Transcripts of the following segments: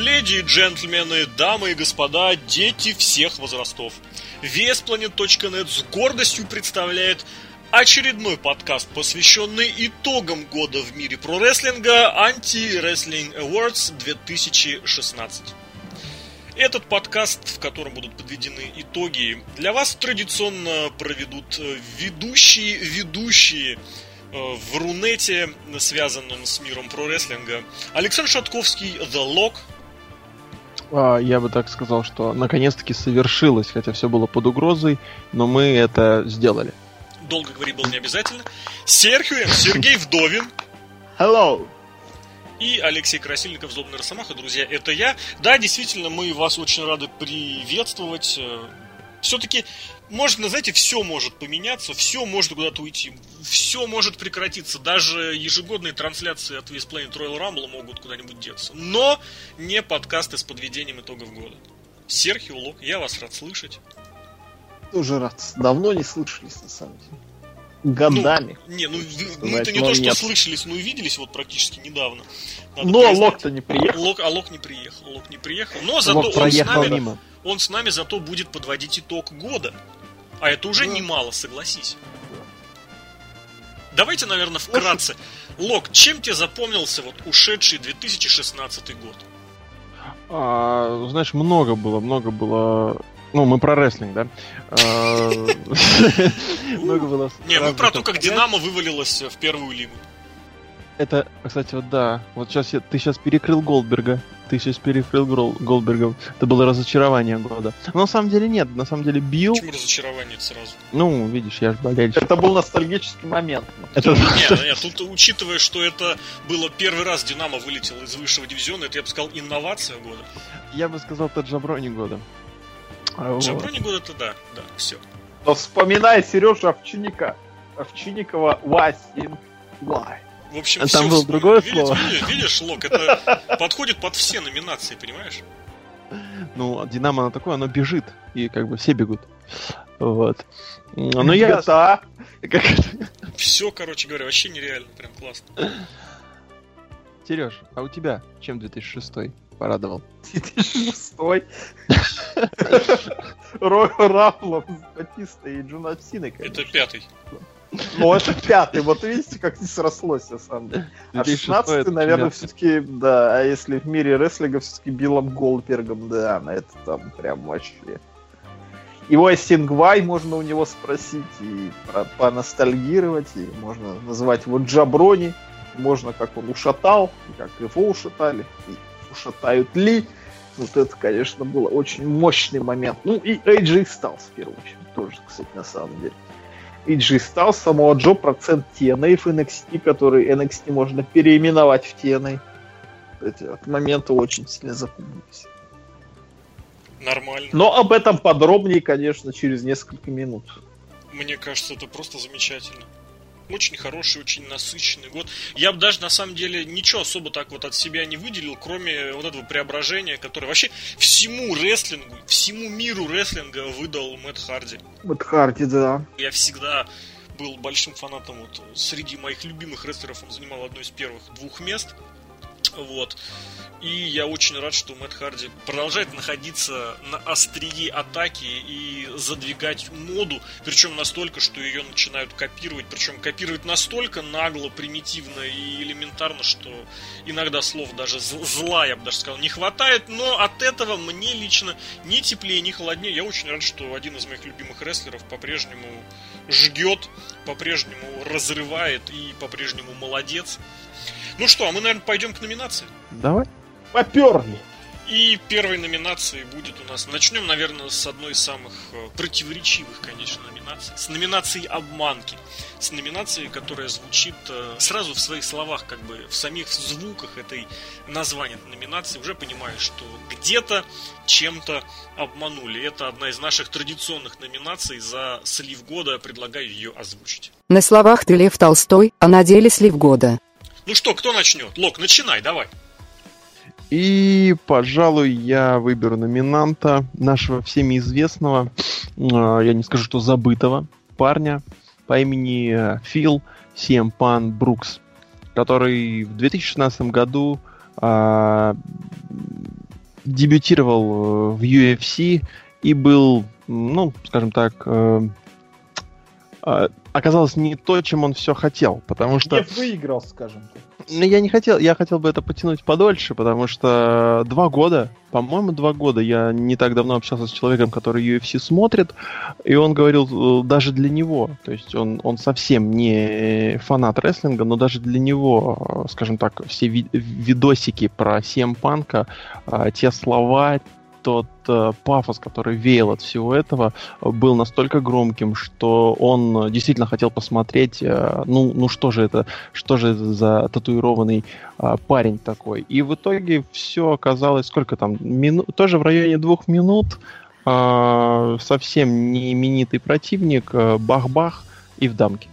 Леди и джентльмены, дамы и господа, дети всех возрастов. VSPlanet.net с гордостью представляет очередной подкаст, посвященный итогам года в мире прорестлинга Anti-Wrestling Awards 2016. Этот подкаст, в котором будут подведены итоги, для вас традиционно проведут ведущие в Рунете, связанном с миром прорестлинга, Александр Шатковский, The Lock. Я бы так сказал, что наконец-таки совершилось, хотя все было под угрозой, но мы это сделали. Долго говорить было не обязательно. Сергей Вдовин. Hello. И Алексей Красильников, Злобный Росомаха. Друзья, это я. Да, действительно, мы вас очень рады приветствовать. Все-таки, можно, знаете, все может поменяться, все может куда-то уйти, все может прекратиться. Даже ежегодные трансляции от VS Planet Royal Rumble могут куда-нибудь деться. Но не подкасты с подведением итогов года. Серхио, Лок, я вас рад слышать. Тоже рад. Давно не слышались, на самом деле. Годами. Мы-то не то, что нет. Слышались, но и виделись вот практически недавно. Но Лок-то не приехал. Лок не приехал. Но зато он с нами зато будет подводить итог года. А это уже немало, согласись. Давайте, наверное, вкратце. Лок, чем тебе запомнился вот ушедший 2016 год? Знаешь, много было. Ну, мы про рестлинг, да? Много было. Не, мы про то, как Динамо вывалилось в первую лигу. Это, кстати, вот да. Вот сейчас ты сейчас перекрыл Голдберга. Это было разочарование года. Но на самом деле нет. На самом деле Билл... Почему разочарование сразу? Ну, видишь, я же болельщик. Это был ностальгический момент. Нет, тут, учитывая, что это было первый раз Динамо вылетел из высшего дивизиона, это, я бы сказал, инновация года. Я бы сказал, это Джаброни года. Джаброни года это да, все. Но вспоминая Сережу Овчинникова Васин Лай. В общем, там все, было другое слово. Видишь, Лок, это подходит под все номинации, понимаешь? Ну, Динамо оно такое, оно бежит, и как бы все бегут. Вот. Но я... Все, короче говоря, вообще нереально, прям классно. Сереж, а у тебя чем 2006 порадовал? 2006 Роя Рамблом с Батистой и Джона Синой, конечно. Это 5-й. Ну, это 5-й. Вот видите, как не срослось, на самом деле. А 16-й, наверное, все-таки, да. А если в мире рестлинга, все-таки Биллом Голдбергом, да, на это там прям вообще. Его Сингвай можно у него спросить и поностальгировать, и можно называть его Джаброни. Можно, как он ушатал, как его ушатали, и ушатают ли. Вот это, конечно, был очень мощный момент. Ну, и AJ Styles, в первую очередь, тоже, кстати, на самом деле. AJ Styles, самого Джо, процент TNA в NXT, который NXT можно переименовать в TNA. Эти от момента очень сильно запомнились. Нормально. Но об этом подробнее, конечно, через несколько минут. Мне кажется, это просто замечательно. Очень хороший, очень насыщенный год. Я бы даже, на самом деле, ничего особо так вот от себя не выделил, кроме вот этого преображения, которое вообще всему рестлингу, всему миру рестлинга выдал Мэтт Харди. Мэтт Харди, да. Я всегда был большим фанатом. Вот, среди моих любимых рестлеров он занимал одно из первых 2 мест. Вот. И я очень рад, что Мэтт Харди продолжает находиться на острие атаки и задвигать моду, причем настолько, что ее начинают копировать, причем копировать настолько нагло, примитивно и элементарно, что иногда слов даже зла, я бы даже сказал, не хватает, но от этого мне лично ни теплее, ни холоднее. Я очень рад, что один из моих любимых рестлеров по-прежнему жгет, по-прежнему разрывает и по-прежнему молодец. Ну что, а мы, наверное, пойдем к номинации? Давай. Поперли. И первой номинацией будет у нас... Начнем, наверное, с одной из самых противоречивых, конечно, номинаций. С номинацией «Обманки». С номинацией, которая звучит сразу в своих словах, как бы в самих звуках этой названия номинации. Уже понимаешь, что где-то чем-то обманули. Это одна из наших традиционных номинаций за слив года. Предлагаю ее озвучить. На словах ты Лев Толстой, а на деле слив года. Ну что, кто начнет? Лок, начинай, давай. И, пожалуй, я выберу номинанта нашего всеми известного, я не скажу, что забытого, парня по имени Фил CM Punk Брукс, который в 2016 году дебютировал в UFC и был, ну, скажем так, оказалось не то, чем он все хотел, потому что... Не выиграл, скажем так. Я не хотел, я хотел бы это потянуть подольше, потому что 2 года, по-моему, 2 года, я не так давно общался с человеком, который UFC смотрит, и он говорил, даже для него, то есть он совсем не фанат рестлинга, но даже для него, скажем так, все видосики про CM Punk'а, те слова, тот пафос, который веял от всего этого, был настолько громким, что он действительно хотел посмотреть, ну что же это за татуированный парень такой. И в итоге все оказалось, сколько там, тоже в районе 2 минут, совсем не именитый противник, бах-бах и в дамке.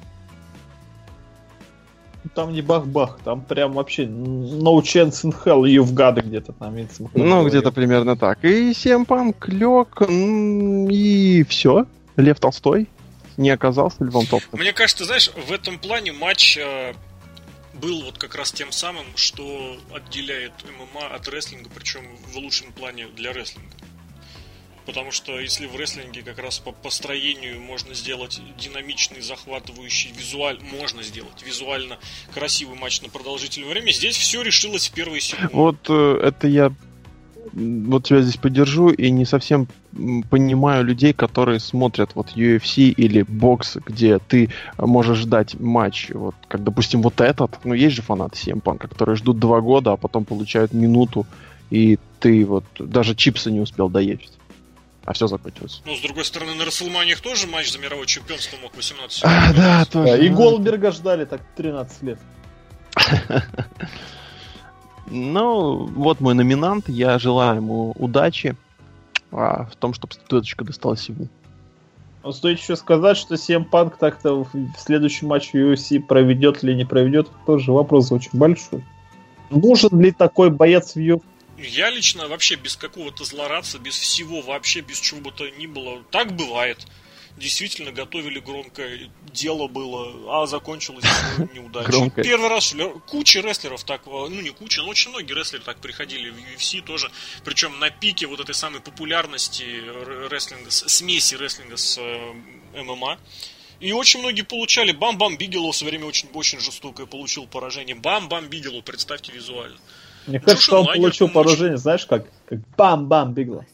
Там не бах-бах, там прям вообще no chance in hell, you've got it где-то там. Ну, где-то примерно так. И CM Punk лег, и все. Лев Толстой не оказался Львом Толстым. Мне кажется, знаешь, в этом плане матч был вот как раз тем самым, что отделяет ММА от рестлинга, причем в лучшем плане для рестлинга. Потому что если в рестлинге как раз по построению можно сделать динамичный, захватывающий, визуально красивый матч на продолжительное время, здесь все решилось в первые секунды. Вот это я вот тебя здесь поддержу и не совсем понимаю людей, которые смотрят вот UFC или бокс, где ты можешь ждать матч, вот как, допустим, вот этот, ну есть же фанаты CM Punk, которые ждут 2 года, а потом получают минуту, и ты вот даже чипсы не успел доесть. А все закончилось. Ну, с другой стороны, на Расселманиях тоже матч за мировое чемпионство мог 18 секунд. Да, тоже. И Голдберга ждали так 13 лет. Ну, вот мой номинант. Я желаю ему удачи в том, чтобы статуэточка досталась ему. Стоит еще сказать, что CM Punk так-то в следующем матче UFC проведет или не проведет, тоже вопрос очень большой. Нужен ли такой боец в UFC? Я лично вообще без какого-то злорадства, без всего вообще, без чего бы то ни было. Так бывает. Действительно, готовили громко, дело было, а закончилось неудачей. Первый раз куча рестлеров так, ну не куча, но очень многие рестлеры так приходили в UFC тоже. Причем на пике вот этой самой популярности рестлинга, смеси рестлинга с ММА. И очень многие получали. Бам-бам Бигелоу в свое время очень жестокое получил поражение. Бам-бам Бигелоу, представьте визуально. Мне кажется, он получил поражение, знаешь, как бам-бам Бигелоу.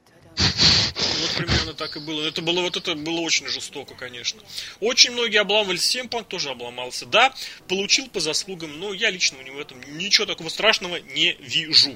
Вот примерно так и было. Это было очень жестоко, конечно. Очень многие обламывались. CM Punk тоже обломался. Да, получил по заслугам, но я лично у него в этом ничего такого страшного не вижу.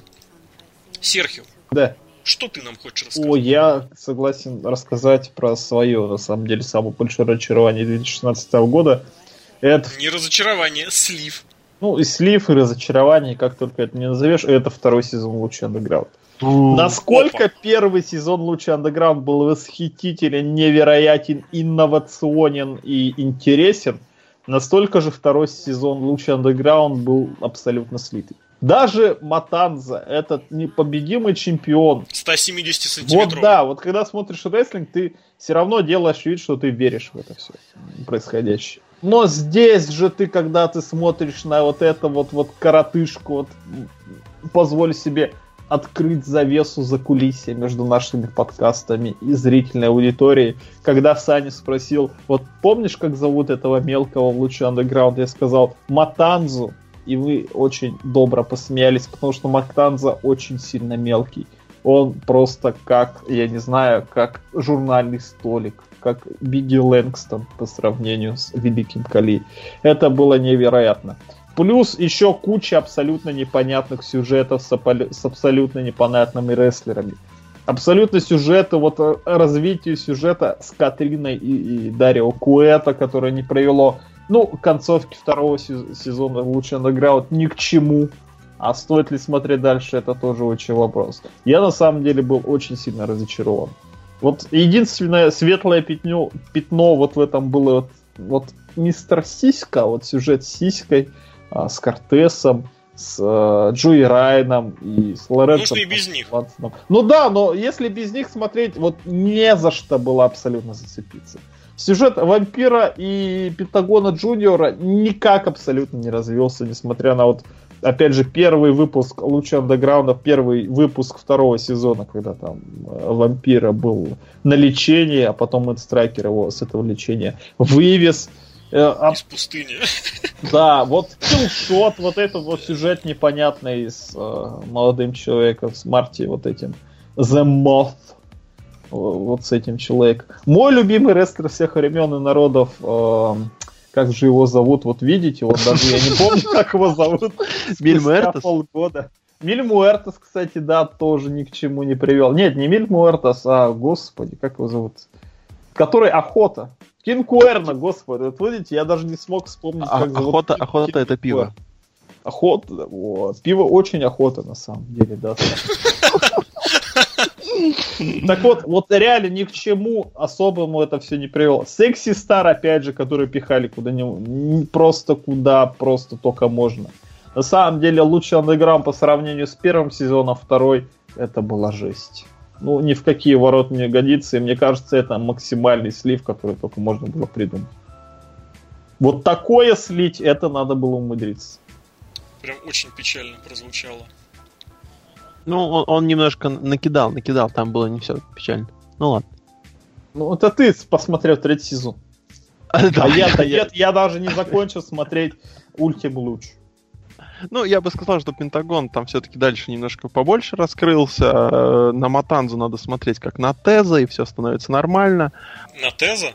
Серхио. Да. Что ты нам хочешь рассказать? Я согласен рассказать про свое, на самом деле, самое большое разочарование 2016 года. Это... Не разочарование, слив. Ну, и слив, и разочарование, как только это не назовешь, это 2-й сезон Lucha Underground. Насколько первый сезон Lucha Underground был восхитителен, невероятен, инновационен и интересен, настолько же 2-й сезон Lucha Underground был абсолютно слитый. Даже Матанза, этот непобедимый чемпион. 170 сантиметров. Вот да, вот когда смотришь рестлинг, ты все равно делаешь вид, что ты веришь в это все происходящее. Но здесь же ты, когда ты смотришь на вот это вот коротышку, вот, позволь себе открыть завесу закулисья между нашими подкастами и зрительной аудиторией. Когда Саня спросил, вот помнишь, как зовут этого мелкого в Lucha Underground? Я сказал Матанзу, и вы очень добро посмеялись, потому что Матанза очень сильно мелкий. Он просто как, я не знаю, как журнальный столик, как Бигги Лэнгстон по сравнению с Великим Кали. Это было невероятно. Плюс еще куча абсолютно непонятных сюжетов с абсолютно непонятными рестлерами. Абсолютно сюжеты, вот развитие сюжета с Катриной и Дарио Куэто, которое не привело, к концовке 2-го сезона Lucha Underground ни к чему. А стоит ли смотреть дальше, это тоже очень вопрос. Я на самом деле был очень сильно разочарован. Вот единственное светлое пятно вот в этом было вот мистер Сиська, вот сюжет с Сиськой, с Кортесом, с Джои Райаном и с Лоренцо. Можно и без них. Ну да, но если без них смотреть, вот не за что было абсолютно зацепиться. Сюжет Вампира и Пентагона Джуниора никак абсолютно не развился, несмотря на вот опять же, первый выпуск Луча Андеграунда, первый выпуск второго сезона, когда там вампира был на лечении, а потом Мэтт Страйкер его с этого лечения вывез. Из пустыни. Да, вот киллшот, вот этот вот сюжет непонятный с молодым человеком, с Марти вот этим The Moth, вот с этим человеком. Мой любимый рестлер всех времен и народов, как же его зовут, вот видите, вот даже я не помню, как его зовут. Миль Муэртес? Полгода. Миль Муэртес, кстати, да, тоже ни к чему не привел. Нет, не Миль Муэртес, а, господи, как его зовут? Который Охота. Кинг Куэрна, господи, вот видите, я даже не смог вспомнить, как зовут. Охота это пиво. Охота, вот. Пиво очень охота, на самом деле, да. Так вот реально ни к чему особому это все не привело. Секси Стар, опять же, который пихали просто только можно. На самом деле, лучший андеграунд по сравнению с первым сезоном, второй, это была жесть. Ну, ни в какие ворота не годится, и мне кажется, это максимальный слив, который только можно было придумать. Вот такое слить, это надо было умудриться. Прям очень печально прозвучало. Ну, он немножко накидал, там было не все печально. Ну ладно. Ну, это ты посмотрел третий сезон. А я даже не закончил смотреть Ultim Luch. Ну, я бы сказал, что Пентагон там все-таки дальше немножко побольше раскрылся. На Матанзу надо смотреть как на Теза, и все становится нормально. На Теза?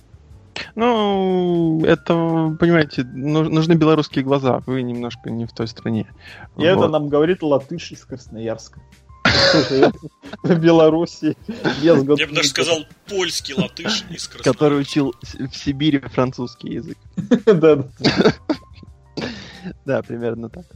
Ну, это, понимаете, нужны белорусские глаза. Вы немножко не в той стране. И вот. Это нам говорит латыш из Красноярска. В Беларуси. Я бы даже сказал польский латыш из Красноярска. Который учил в Сибири французский язык. Да. Да, примерно так.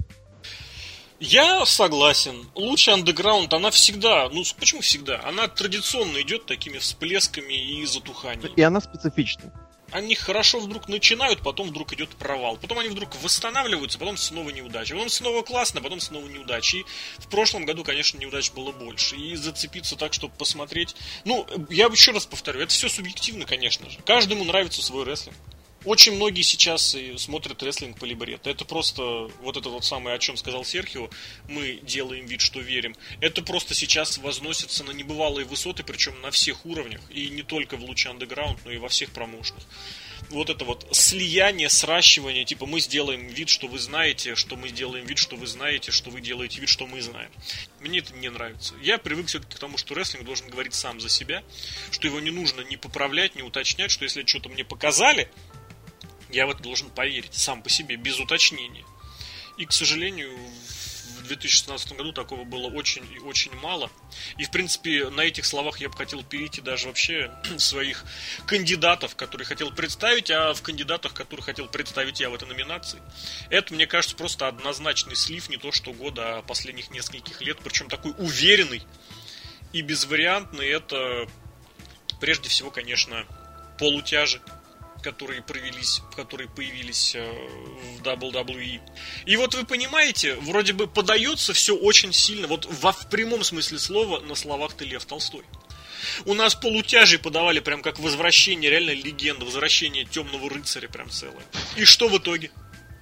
Я согласен. Лучший андеграунд, она всегда, ну почему всегда? Она традиционно идет такими всплесками и затуханиями. И она специфична. Они хорошо вдруг начинают, потом вдруг идет провал. Потом они вдруг восстанавливаются, потом снова неудача. Потом снова классно, потом снова неудача. И в прошлом году, конечно, неудач было больше. И зацепиться так, чтобы посмотреть... Ну, я еще раз повторю, это все субъективно, конечно же. Каждому нравится свой рестлинг. Очень многие сейчас смотрят рестлинг по либретто. Это просто вот это вот самое, о чем сказал Серхио. Мы делаем вид, что верим. Это просто сейчас возносится на небывалые высоты, причем на всех уровнях. И не только в Луче Андеграунд, но и во всех промоушенах. Вот это вот слияние, сращивание, типа мы сделаем вид, что вы знаете, что мы делаем вид, что вы знаете, что вы делаете вид, что мы знаем. Мне это не нравится. Я привык все-таки к тому, что рестлинг должен говорить сам за себя, что его не нужно ни поправлять, ни уточнять, что если что-то мне показали, я в это должен поверить сам по себе, без уточнения. И, к сожалению, в 2016 году такого было очень и очень мало. И, в принципе, на этих словах я бы хотел перейти даже вообще своих кандидатов, которые хотел представить, а в кандидатах, которых хотел представить я в этой номинации. Это, мне кажется, просто однозначный слив, не то что года, а последних нескольких лет. Причем такой уверенный и безвариантный. Это, прежде всего, конечно, полутяжи, которые появились в WWE. И вот вы понимаете, вроде бы подается все очень сильно, вот в прямом смысле слова, на словах-то Лев Толстой. У нас полутяжи подавали прям как возвращение, реально легенда, возвращение Темного Рыцаря прям целое. И что в итоге?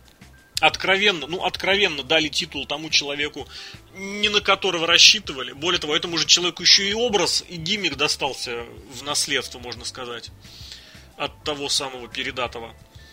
Откровенно дали титул тому человеку, не на которого рассчитывали. Более того, этому же человеку еще и образ, и гиммик достался в наследство, можно сказать, от того самого передатого.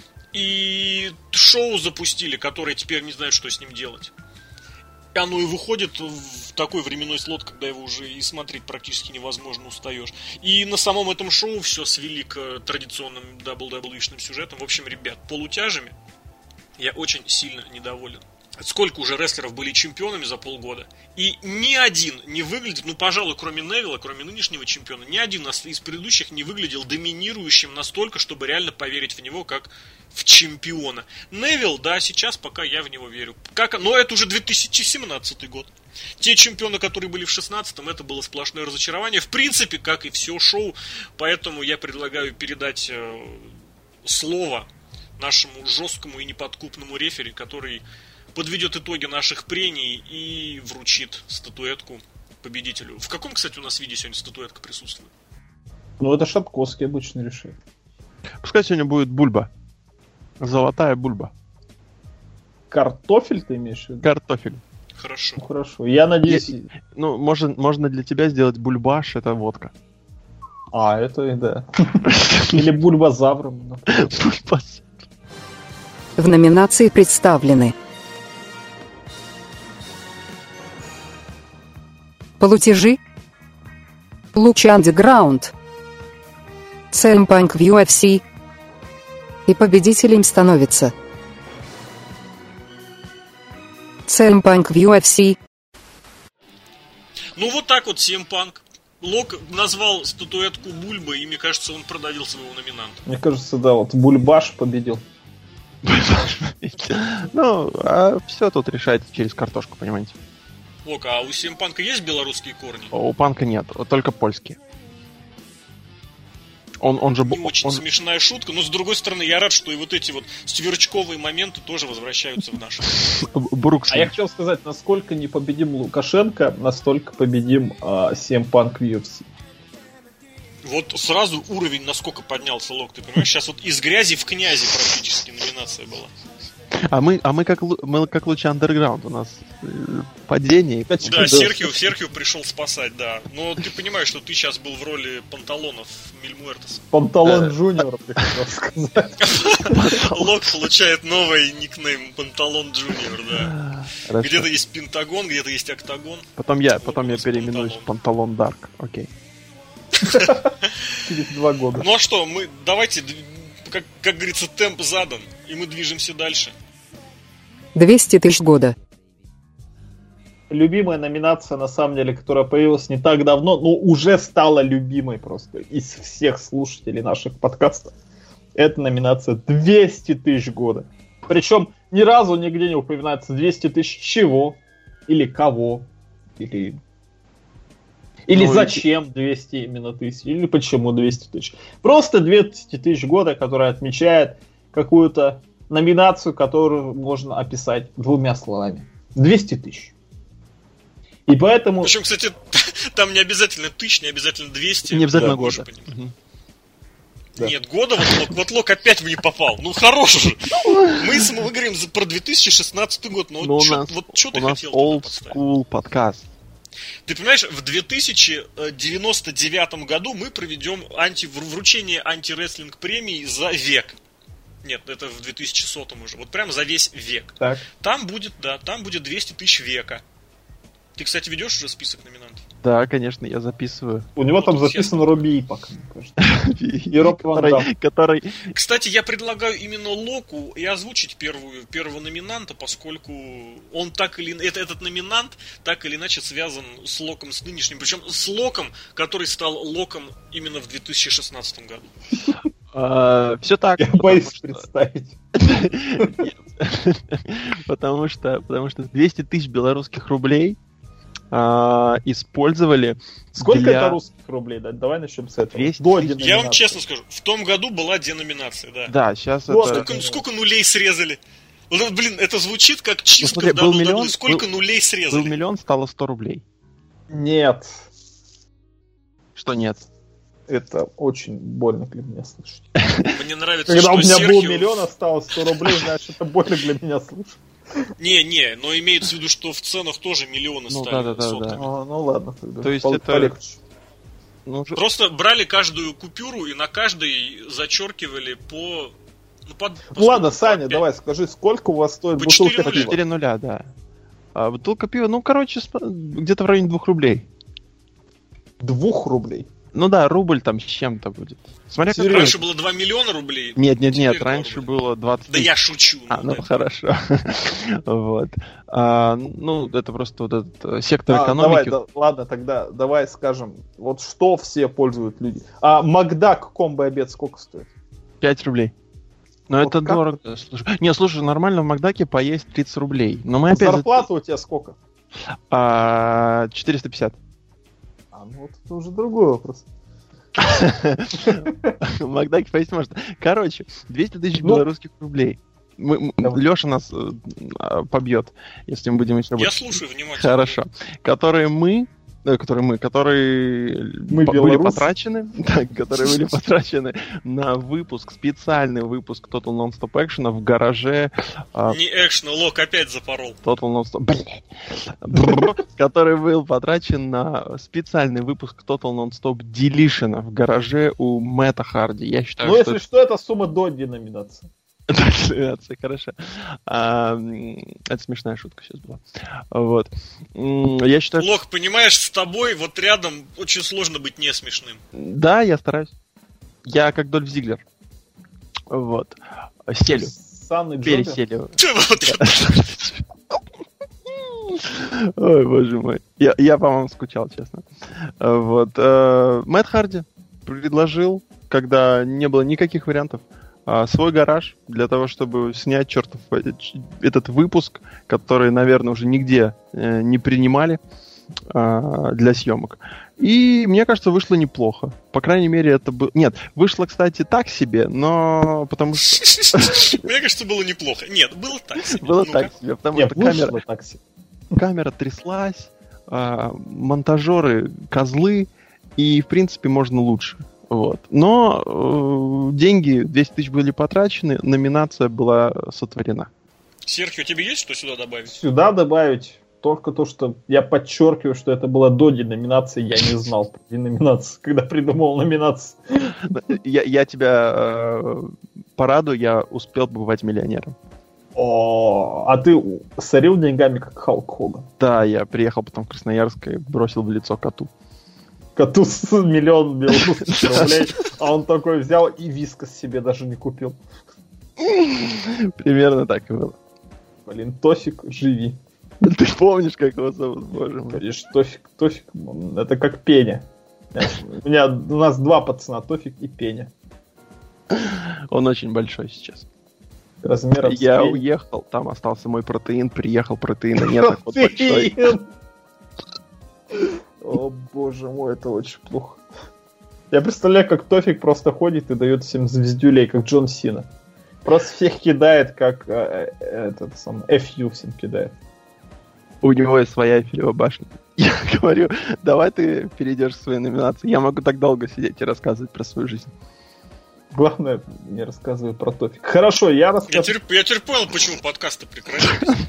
И шоу запустили, которое теперь не знает, что с ним делать. И оно и выходит в такой временной слот, когда его уже и смотреть практически невозможно, устаешь. И на самом этом шоу все свели к традиционным WWE-шным сюжетам. В общем, ребят, полутяжами я очень сильно недоволен. Сколько уже рестлеров были чемпионами за полгода, и ни один не выглядит, пожалуй, кроме Невилла, кроме нынешнего чемпиона, ни один из предыдущих не выглядел доминирующим настолько, чтобы реально поверить в него как в чемпиона. Невилл, да, сейчас пока я в него верю. Но это уже 2017 год. Те чемпионы, которые были в 16-м, это было сплошное разочарование. В принципе, как и все шоу. Поэтому я предлагаю передать слово нашему жесткому и неподкупному рефери, который подведет итоги наших прений и вручит статуэтку победителю. В каком, кстати, у нас виде сегодня статуэтка присутствует? Это Шапковский обычно решает. Пускай сегодня будет Бульба. Золотая Бульба. Картофель ты имеешь в виду? Картофель. Хорошо. Ну, хорошо. Я надеюсь... Ну, можно для тебя сделать бульбаш, это водка. Это и да. Или бульбазавром. Бульбаш. В номинации представлены Полутяжи, Луч Underground, CM Punk в UFC, и победителем становится CM Punk в UFC. Ну вот так вот CM Punk. Лок назвал статуэтку Бульбы, и мне кажется, он продавил своего номинанта. Мне кажется, да, вот Бульбаш победил. Ну, а все тут решается через картошку, понимаете? Лок, а у CM Punk есть белорусские корни? У Панка нет, только польские. Он же... Не очень смешная шутка, но с другой стороны, я рад, что и вот эти вот сверчковые моменты тоже возвращаются в наш. Брукс. А я хотел сказать, насколько непобедим Лукашенко, настолько победим CM Punk в UFC. Вот сразу уровень насколько поднялся, Лок, ты понимаешь? Сейчас вот из грязи в князи практически номинация была. А мы как лучше андерграунд, у нас падение. Да, Серхио пришел спасать, да. Но ты понимаешь, что ты сейчас был в роли Панталонов Мильмуэртес. Панталон Джуниор, ты хотел сказать. Лок получает новый никнейм Панталон Джуниор, да. Хорошо. Где-то есть Пентагон, где-то есть Октагон. Потом я переименуюсь в Панталон Дарк, окей. Через 2 года. Ну а что, давайте, как говорится, темп задан, и мы движемся дальше. 200 тысяч года. Любимая номинация, на самом деле, которая появилась не так давно, но уже стала любимой просто из всех слушателей наших подкастов. Это номинация 200 тысяч года. Причем ни разу нигде не упоминается 200 тысяч чего, или кого, или зачем 200 именно тысяч, или почему 200 тысяч. Просто 200 тысяч года, которая отмечает какую-то номинацию, которую можно описать 2 словами. 200 тысяч. И поэтому... Причем, кстати, там не обязательно 1000, не обязательно 200. Не обязательно года. Да. Нет, года, вот Лок опять в не попал. Ну, хорош же. Мы говорим про 2016 год, но вот что ты хотел old school подкаст. Ты понимаешь, в 2099 году мы проведем вручение антирестлинг премии за век. Нет, это в 2100 уже. Вот прям за весь век. Так. Там будет 200 тысяч века. Ты, кстати, ведешь уже список номинантов? Да, конечно, я записываю. У него там записан Робби Ипак, мне кажется. И Роб Ван Дам. Который... Кстати, я предлагаю именно Локу и озвучить первого номинанта, поскольку он этот номинант так или иначе связан с Локом с нынешним. Причем с Локом, который стал Локом именно в 2016 году. Все так. Я боюсь представить. Потому что 200 тысяч белорусских рублей использовали. Сколько это русских рублей? Да? Давай начнем с этого. Я вам честно скажу, в том году была деноминация, да. Да, сейчас сколько нулей срезали? Блин, это звучит как чистка в WWE. Сколько нулей срезали? Был миллион, стало 100 рублей. Нет. Что нет? Это очень больно для меня слышать. Мне нравится, когда что у меня был Серхио... миллион, осталось 100 рублей, значит, это больно для меня слышать. Не, но имеется в виду, что в ценах тоже миллионы стали сотками. Ну ладно, тогда. То есть это... Просто брали каждую купюру и на каждой зачеркивали по... Ладно, Саня, давай скажи, сколько у вас стоит бутылка пива? 4 нуля, да. А бутылка пива, где-то в районе 2 рублей. 2 рублей? Ну да, рубль там с чем-то будет. Смотря как раньше было 2 миллиона рублей. Нет, раньше было 20 тысяч. Да я шучу. Хорошо. Вот. Это просто вот этот сектор экономики. Ладно, тогда давай скажем, вот что все пользуют люди. А Макдак комбо-обед сколько стоит? 5 рублей. Но вот это как? Дорого. Слушай, нормально в Макдаке поесть 30 рублей. Но мы опять... Зарплата у тебя сколько? 450. Вот это уже другой вопрос. В Макдаке поесть можно. Короче, 200 тысяч белорусских рублей. Леша нас побьет, если мы будем еще... Я слушаю внимательно. Хорошо. Которые мы которые были потрачены, которые были потрачены на выпуск, специальный выпуск Total Non-Stop Action в гараже. Не экшен, Лок опять запорол. Total Non-Stop, который был потрачен на специальный выпуск Total Non-Stop Deletion в гараже у Мэтта Харди. Я считаю, ну, если что, это сумма до деноминации. Хорошо. Это смешная шутка сейчас была. Вот. Я считаю... Лок, понимаешь, с тобой вот рядом очень сложно быть не смешным. Да, я стараюсь. Я как Дольф Зиглер. Вот. Селю. Переселю. Ой, боже мой. Я, по-моему, скучал, честно. Вот. Мэтт Харди предложил, когда не было никаких вариантов, свой гараж для того, чтобы снять чертов этот выпуск, который, наверное, уже нигде не принимали для съемок. И, мне кажется, вышло неплохо. По крайней мере, это было... Нет, вышло, кстати, так себе, но потому что... Мне кажется, было неплохо. Нет, было так себе. Было так себе, потому что камера тряслась, монтажеры козлы, и, в принципе, можно лучше. Вот. Но деньги, 200 тысяч были потрачены, номинация была сотворена. Серхио, тебе есть что сюда добавить? Сюда добавить только то, что я подчеркиваю, что это было до деноминации, я не знал про деноминацию, когда придумал номинацию. Я тебя порадую, я успел побывать миллионером. А ты сорил деньгами, как Халк Хоган? Да, я приехал потом в Красноярск и бросил в лицо коту. Коту с миллион белорусских рублей, а он такой взял и вискас себе даже не купил. Примерно так и было. Блин, Тофик, живи. Ты помнишь, как его зовут, боже мой? Конечно, Тофик, это как Пеня. У нас два пацана, Тофик и Пеня. Он очень большой сейчас. Размером с Я Пень. уехал, там остался мой протеин, приехал, протеина нет, так вот большой. О, боже мой, это очень плохо. Я представляю, как Тофик просто ходит и дает всем звездюлей, как Джон Сина. Просто всех кидает, как этот самый FU всем кидает. У него есть своя Эйфелева башня. Я говорю, давай ты перейдешь к своей номинации. Я могу так долго сидеть и рассказывать про свою жизнь. Главное, не рассказывай про Тофик. Хорошо, я расскажу. Я теперь понял, почему подкасты прекратились.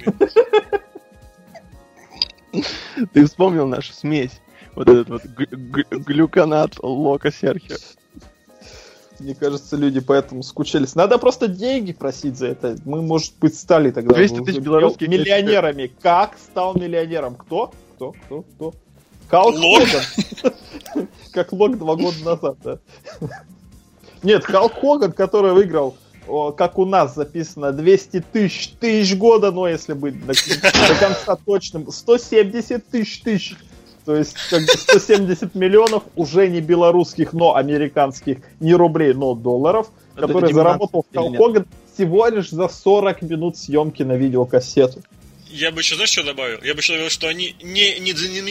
Ты вспомнил нашу смесь. Вот этот вот глюконат Лока Серхио. Мне кажется, люди поэтому скучались. Надо просто деньги просить за это. Мы, может быть, стали тогда 200 тысяч белорусских миллионерами. Как стал миллионером? Кто? Халк Хоган. Как Лок 2 года назад, да? Нет, Халк Хоган, который выиграл, как у нас записано, 200 тысяч года, но если быть до конца точным, 170 тысяч. То есть как бы 170 миллионов уже не белорусских, но американских, не рублей, но долларов, которые заработал Халк Хоган всего лишь за 40 минут съемки на видеокассету. Я бы еще, знаешь, что добавил? Я бы еще добавил, что они не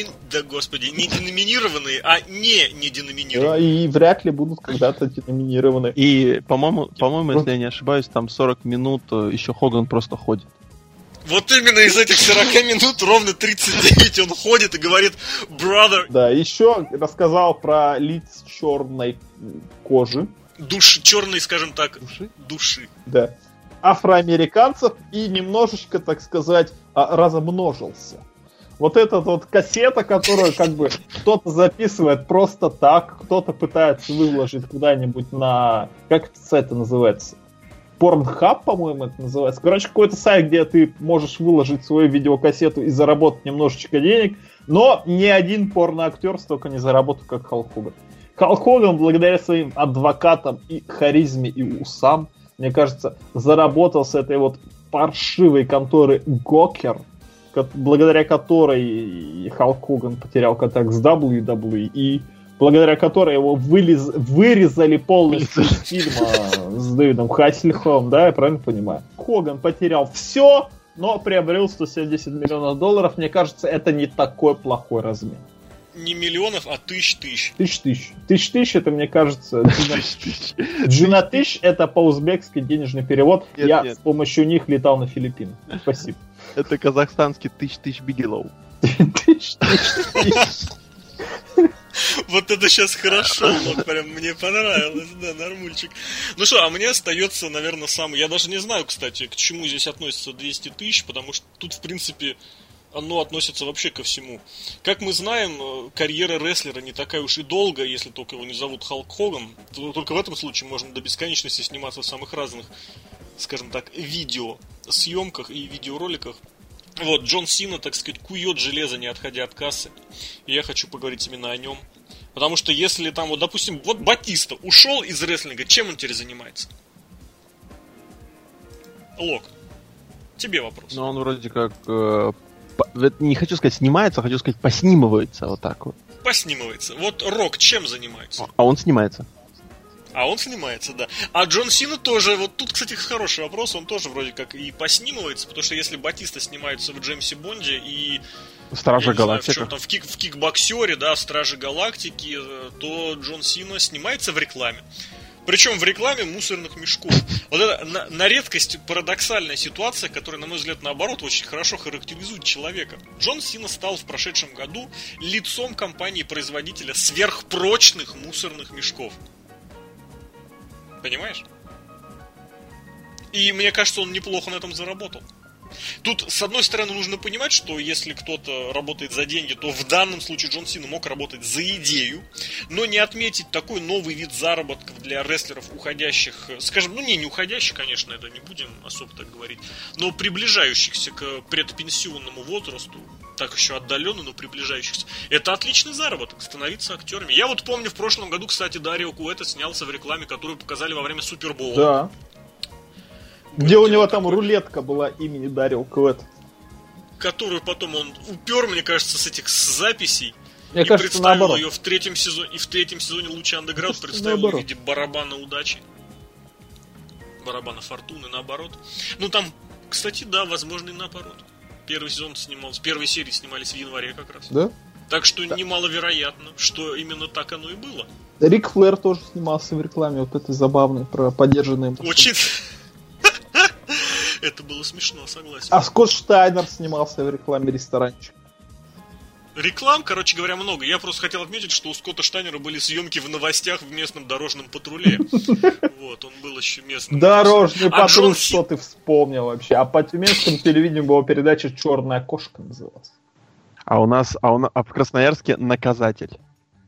деноминированные, а не деноминированные. Да, и вряд ли будут когда-то деноминированы. И, по-моему, если я не ошибаюсь, там 40 минут еще Хоган просто ходит. Вот именно из этих 40 минут ровно 39 он ходит и говорит «brother». Да, еще рассказал про лиц черной кожи. Черной, скажем так, души. Да. Афроамериканцев и немножечко, так сказать, размножился. Вот эта вот кассета, которую как бы кто-то записывает просто так, кто-то пытается выложить куда-нибудь на... Как этот сайт называется? Pornhub, по-моему, это называется. Короче, какой-то сайт, где ты можешь выложить свою видеокассету и заработать немножечко денег, но ни один порноактер столько не заработал, как Халк Хоган. Халк Хоган, благодаря своим адвокатам и харизме и усам, мне кажется, заработал с этой вот паршивой конторы Gawker, благодаря которой Халк Хоган потерял контакт с WWE, благодаря которой его вырезали полностью из фильма с Дэвидом Хассельхоффом, да, я правильно понимаю? Хоган потерял все, но приобрел 170 миллионов долларов. Мне кажется, это не такой плохой размер. Не миллионов, а тысяч. Тысяч, это, мне кажется, Джинатыш, это по-узбекски денежный перевод. Нет. С помощью них летал на Филиппины. Спасибо. Это казахстанский тысяч Бигелоу. Вот это сейчас хорошо, вот прям мне понравилось, да, нормульчик. Ну что, а мне остается, наверное, самый... Я даже не знаю, кстати, к чему здесь относится 200 тысяч, потому что тут, в принципе, оно относится вообще ко всему. Как мы знаем, карьера рестлера не такая уж и долгая, если только его не зовут Халк Хоган. Только в этом случае можно до бесконечности сниматься в самых разных, скажем так, видеосъемках и видеороликах. Вот, Джон Сина, так сказать, кует железо, не отходя от кассы. И я хочу поговорить именно о нем. Потому что если там, вот, допустим, вот Батиста ушел из рестлинга, чем он теперь занимается? Лок, тебе вопрос. Ну, он вроде как... не хочу сказать снимается, а хочу сказать поснимывается, вот так вот. Поснимывается. Вот Рок чем занимается? А он снимается. А он снимается, да. А Джон Сина тоже, вот тут, кстати, хороший вопрос, он тоже вроде как и поснимывается, потому что если Батиста снимается в Джеймсе Бонде и... Страже Галактики. В кикбоксере, да, в Страже Галактики, то Джон Сина снимается в рекламе. Причем в рекламе мусорных мешков. Вот это на редкость парадоксальная ситуация, которая, на мой взгляд, наоборот, очень хорошо характеризует человека. Джон Сина стал в прошедшем году лицом компании-производителя сверхпрочных мусорных мешков. Понимаешь? И мне кажется, он неплохо на этом заработал. Тут, с одной стороны, нужно понимать, что если кто-то работает за деньги, то в данном случае Джон Сина мог работать за идею, но не отметить такой новый вид заработков для рестлеров, уходящих, скажем, не уходящих, конечно, это не будем особо так говорить, но приближающихся к предпенсионному возрасту, так еще отдаленно, но приближающихся. Это отличный заработок, становиться актерами. Я вот помню, в прошлом году, кстати, Дарио Куэта снялся в рекламе, которую показали во время Супербоула. Да. Где у него там рулетка была имени Дарио Куэта. Которую потом он упер, мне кажется, с этих записей. Мне и кажется, представил наоборот. ее в третьем сезоне. И в третьем сезоне Луча Андеграунд представил ее в виде барабана удачи. Барабана фортуны, наоборот. Ну там, кстати, да, возможно, и наоборот. Первый сезон снимался, первые серии снимались в январе как раз. Да? Так что немаловероятно, что именно так оно и было. Рик Флэр тоже снимался в рекламе, вот этой забавной, про подержанные машины. Очень... Это было смешно, согласен. А Скотт Штайнер снимался в рекламе ресторанчика. Реклам, короче говоря, много. Я просто хотел отметить, что у Скотта Штайнера были съемки в новостях в местном дорожном патруле. Вот, он был еще местным. Дорожный патруль, что ты вспомнил вообще? А по тюменскому телевидению была передача «Черная кошка» называлась. А у нас в Красноярске «Наказатель».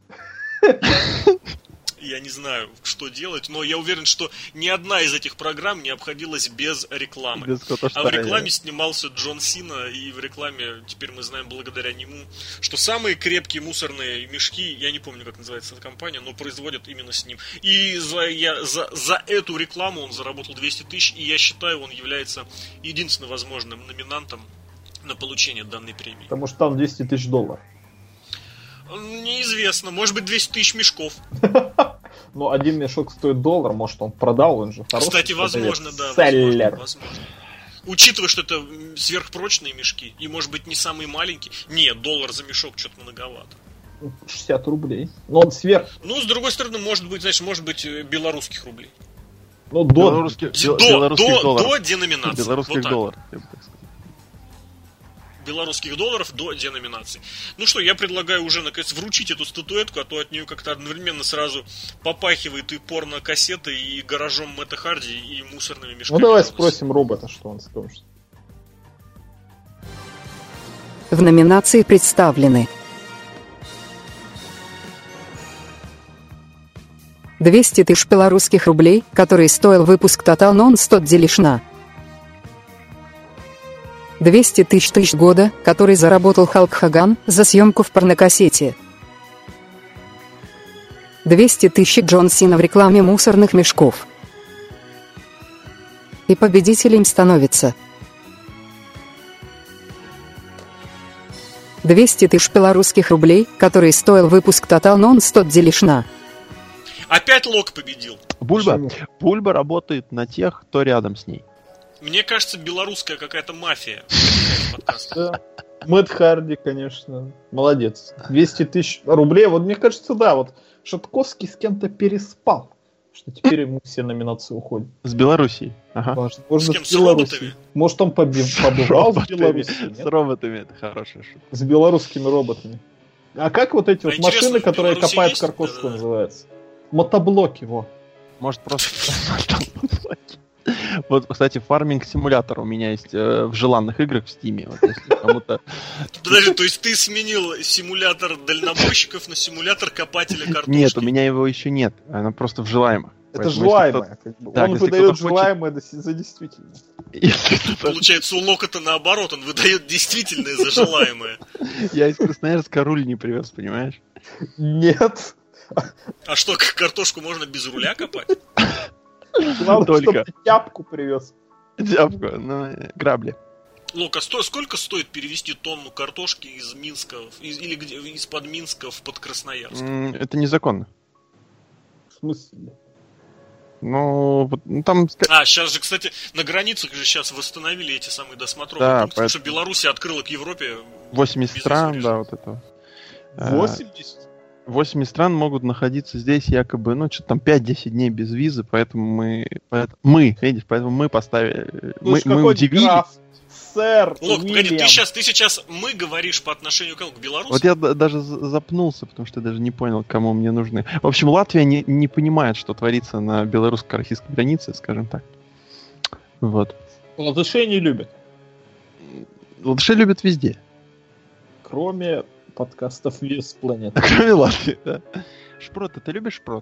Я не знаю, что делать, но я уверен, что ни одна из этих программ не обходилась без рекламы. А в рекламе снимался Джон Сина, и в рекламе теперь мы знаем благодаря нему, что самые крепкие мусорные мешки, я не помню, как называется эта компания, но производят именно с ним. И за эту рекламу он заработал 200 тысяч, и я считаю, он является единственным возможным номинантом на получение данной премии. Потому что там $200 тысяч. Неизвестно, может быть 200 тысяч мешков. Ну, один мешок стоит $1, может он продал, он же хороший. Кстати, возможно, да. Селлер. Возможно. Учитывая, что это сверхпрочные мешки, и может быть не самые маленькие. Нет, $1 за мешок что-то многовато. 60 рублей. Но он сверх. Ну, с другой стороны, может быть, значит, белорусских рублей. Ну, до деноминации. Белорусских долларов. Белорусских долларов до деноминации. Ну что, я предлагаю уже наконец вручить эту статуэтку, а то от нее как-то одновременно сразу попахивает и порно-кассетой, и гаражом Мэтта Харди, и мусорными мешками. Ну давай спросим робота, что он скажет. В номинации представлены 200 тысяч белорусских рублей, который стоил выпуск Total Non-Stop Делишна. 200 тысяч года, который заработал Халк Хоган за съемку в порнокассете. 200 тысяч Джон Сина в рекламе мусорных мешков. И победителем становится 200 тысяч белорусских рублей, который стоил выпуск Total Non-Stop Делишна. Опять Лок победил. Бульба работает на тех, кто рядом с ней. Мне кажется, белорусская какая-то мафия. Да. Мэтт Харди, конечно, молодец. 200 тысяч рублей. Вот мне кажется, да, вот Шатковский с кем-то переспал. Что теперь ему все номинации уходят. С Белоруссией. Ага. Может, с Белоруссией. Может, он побывал в Беларуси. С роботами, это хорошая шутка. С белорусскими роботами. А как вот эти вот машины, которые копают есть? картошку, называются? Мотоблок его. Может, просто... Вот, кстати, фарминг-симулятор у меня есть в желанных играх в Стиме. Вот, если кому-то... Подожди, то есть ты сменил симулятор дальнобойщиков на симулятор копателя картошки? Нет, у меня его еще нет. Оно просто в желаемых. Это желаемое. Он выдает желаемое за действительное. Получается, у Локота наоборот, он выдает действительное за желаемое. Я из Красноярска руль не привез, понимаешь? Нет. А что, картошку можно без руля копать? Главное, чтобы ты тяпку привез. Тяпку, ну, грабли. Лока, сколько стоит перевести тонну картошки из Минска, или из-под Минска в Красноярск? Это незаконно. В смысле? Ну, там... сейчас же, кстати, на границах же сейчас восстановили эти самые досмотровые пункты, потому что Беларусь открыла к Европе 80 стран, да, вот это. 80? 80 стран могут находиться здесь якобы, ну, что-то там 5-10 дней без визы, поэтому мы поставили... Мы удивились. Сэр, Лок, погоди, ты сейчас мы говоришь по отношению к Беларуси? Вот я даже запнулся, потому что я даже не понял, кому мне нужны. В общем, Латвия не понимает, что творится на белорусско-российской границе, скажем так. Вот. Латышей не любят. Латышей любят везде. Кроме подкастов Вес Планеты. Кроме Латвии, да. Шпроты, ты любишь шпрот?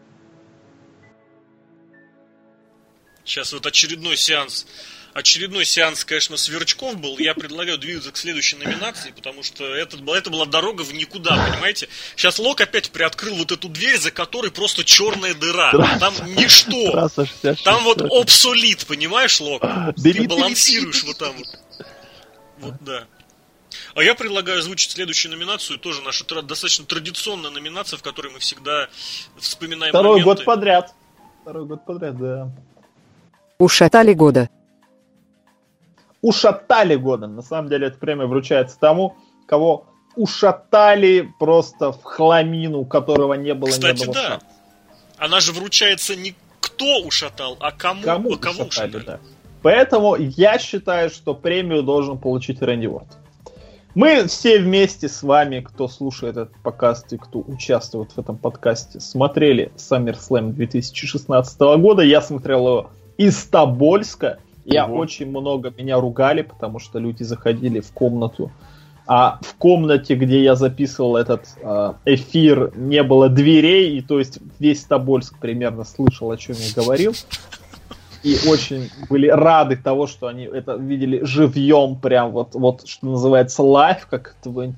Сейчас вот очередной сеанс, конечно, сверчков был. Я предлагаю двигаться к следующей номинации, потому что это была дорога в никуда, понимаете? Сейчас Лок опять приоткрыл вот эту дверь, за которой просто черная дыра. Там ничто. Там вот обсолит, понимаешь, Лок? Ты балансируешь вот там вот. Вот, да. А я предлагаю озвучить следующую номинацию, тоже наша достаточно традиционная номинация, в которой мы всегда вспоминаем Второй год подряд, да. Ушатали года. Ушатали года. На самом деле, эта премия вручается тому, кого ушатали просто в хламину, у которого не было ни одного шанса. Она же вручается не кто ушатал, а кому ушатали. Да. Поэтому я считаю, что премию должен получить Рэнди Уортон. Мы все вместе с вами, кто слушает этот подкаст и кто участвует в этом подкасте, смотрели SummerSlam 2016 года. Я смотрел его из Тобольска. Очень много меня ругали, потому что люди заходили в комнату. А в комнате, где я записывал этот эфир, не было дверей. И то есть весь Тобольск примерно слышал, о чем я говорил. И очень были рады того, что они это видели живьем, прям вот что называется live, как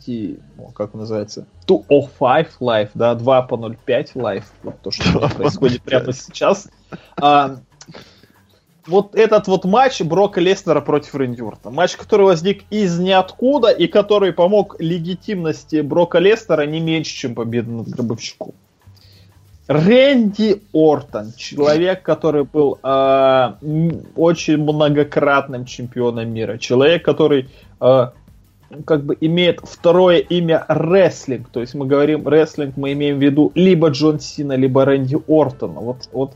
205 live, да, 2.05 live, вот то, что происходит прямо сейчас. Вот этот вот матч Брока Леснера против Рэнди Уортона. Матч, который возник из ниоткуда и который помог легитимности Брока Леснера не меньше, чем победа над Гробовщиком. Рэнди Ортон, человек, который был очень многократным чемпионом мира, человек, который как бы имеет второе имя рестлинг, то есть мы говорим рестлинг, мы имеем в виду либо Джон Сина, либо Рэнди Ортона.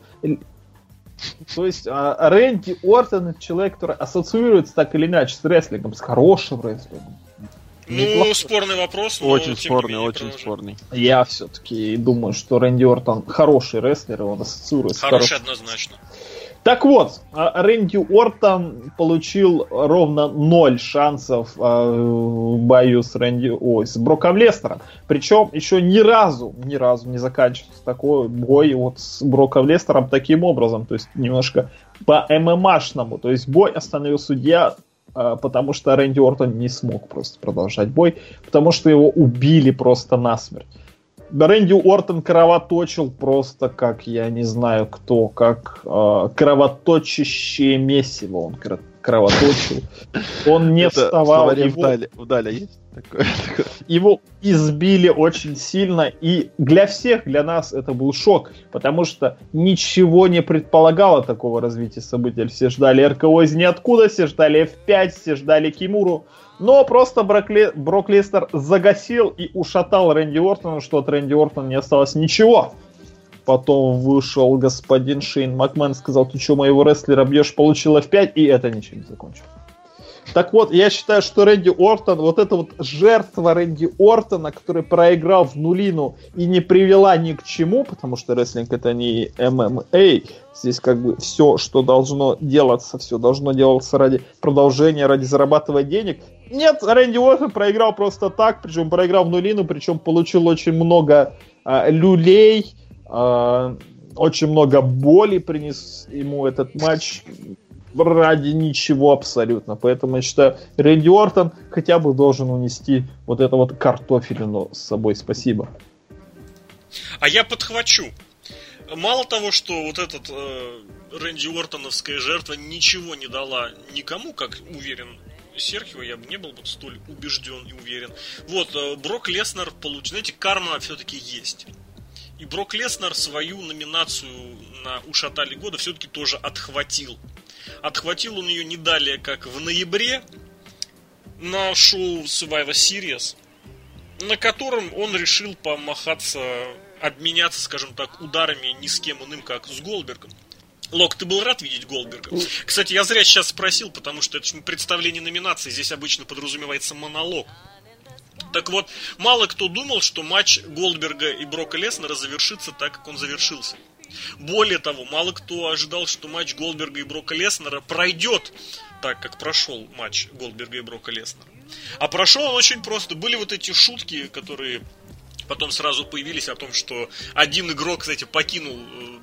То есть Рэнди Ортон это человек, который ассоциируется так или иначе с рестлингом, с хорошим рестлингом. Ну, спорный вопрос. Очень спорный. Я все-таки думаю, что Рэнди Ортон хороший рестлер, и он ассоциируется с хороший. Однозначно. Так вот, Рэнди Ортон получил ровно 0 шансов в бою с Броком Леснером. Причем еще ни разу не заканчивался такой бой вот с Броком Леснером таким образом. То есть немножко по ММАшному. То есть бой остановил судья, потому что Рэнди Ортон не смог просто продолжать бой, потому что его убили просто насмерть. Рэнди Ортон кровоточил просто как, я не знаю кто, как кровоточащее месиво он кровоточил. Он не вставал. Вдали есть такое? Его избили очень сильно, и для всех, для нас это был шок, потому что ничего не предполагало такого развития событий. Все ждали РКО из ниоткуда, все ждали F5, все ждали Кимуру, но просто Брок Леснер загасил и ушатал Рэнди Ортона, что от Рэнди Ортона не осталось ничего. Потом вышел господин Шейн Макмен, сказал: ты что, моего рестлера бьешь, получил F5, и это ничем не закончилось. Так вот, я считаю, что Рэнди Ортон, вот эта вот жертва Рэнди Ортона, который проиграл в нулину и не привела ни к чему, потому что рестлинг это не ММА, здесь как бы все, что должно делаться, все должно делаться ради продолжения, ради зарабатывания денег. Нет, Рэнди Ортон проиграл просто так, причем проиграл в нулину, причем получил очень много люлей, очень много боли принес ему этот матч ради ничего абсолютно. Поэтому я считаю, Рэнди Ортон хотя бы должен унести вот это вот картофелину с собой. Спасибо. А я подхвачу. Мало того, что вот этот Рэнди Ортоновская жертва ничего не дала никому, как уверен Серхио, я бы не был бы столь убежден и уверен. Вот, Брок Леснар получил... Знаете, карма все-таки есть. И Брок Леснар свою номинацию на Ушатали года все-таки тоже отхватил. Отхватил он ее не далее, как в ноябре на шоу Survivor Series, на котором он решил помахаться, обменяться, скажем так, ударами ни с кем иным, как с Голдбергом. Лок, ты был рад видеть Голдберга? Кстати, я зря сейчас спросил, потому что это представление номинации, здесь обычно подразумевается монолог. Так вот, мало кто думал, что матч Голдберга и Брока Леснара завершится так, как он завершился. Более того, мало кто ожидал, что матч Голдберга и Брока Леснара пройдет так, как прошел матч Голдберга и Брока Леснара. А прошел он очень просто. Были вот эти шутки, которые потом сразу появились о том, что один игрок, кстати, покинул,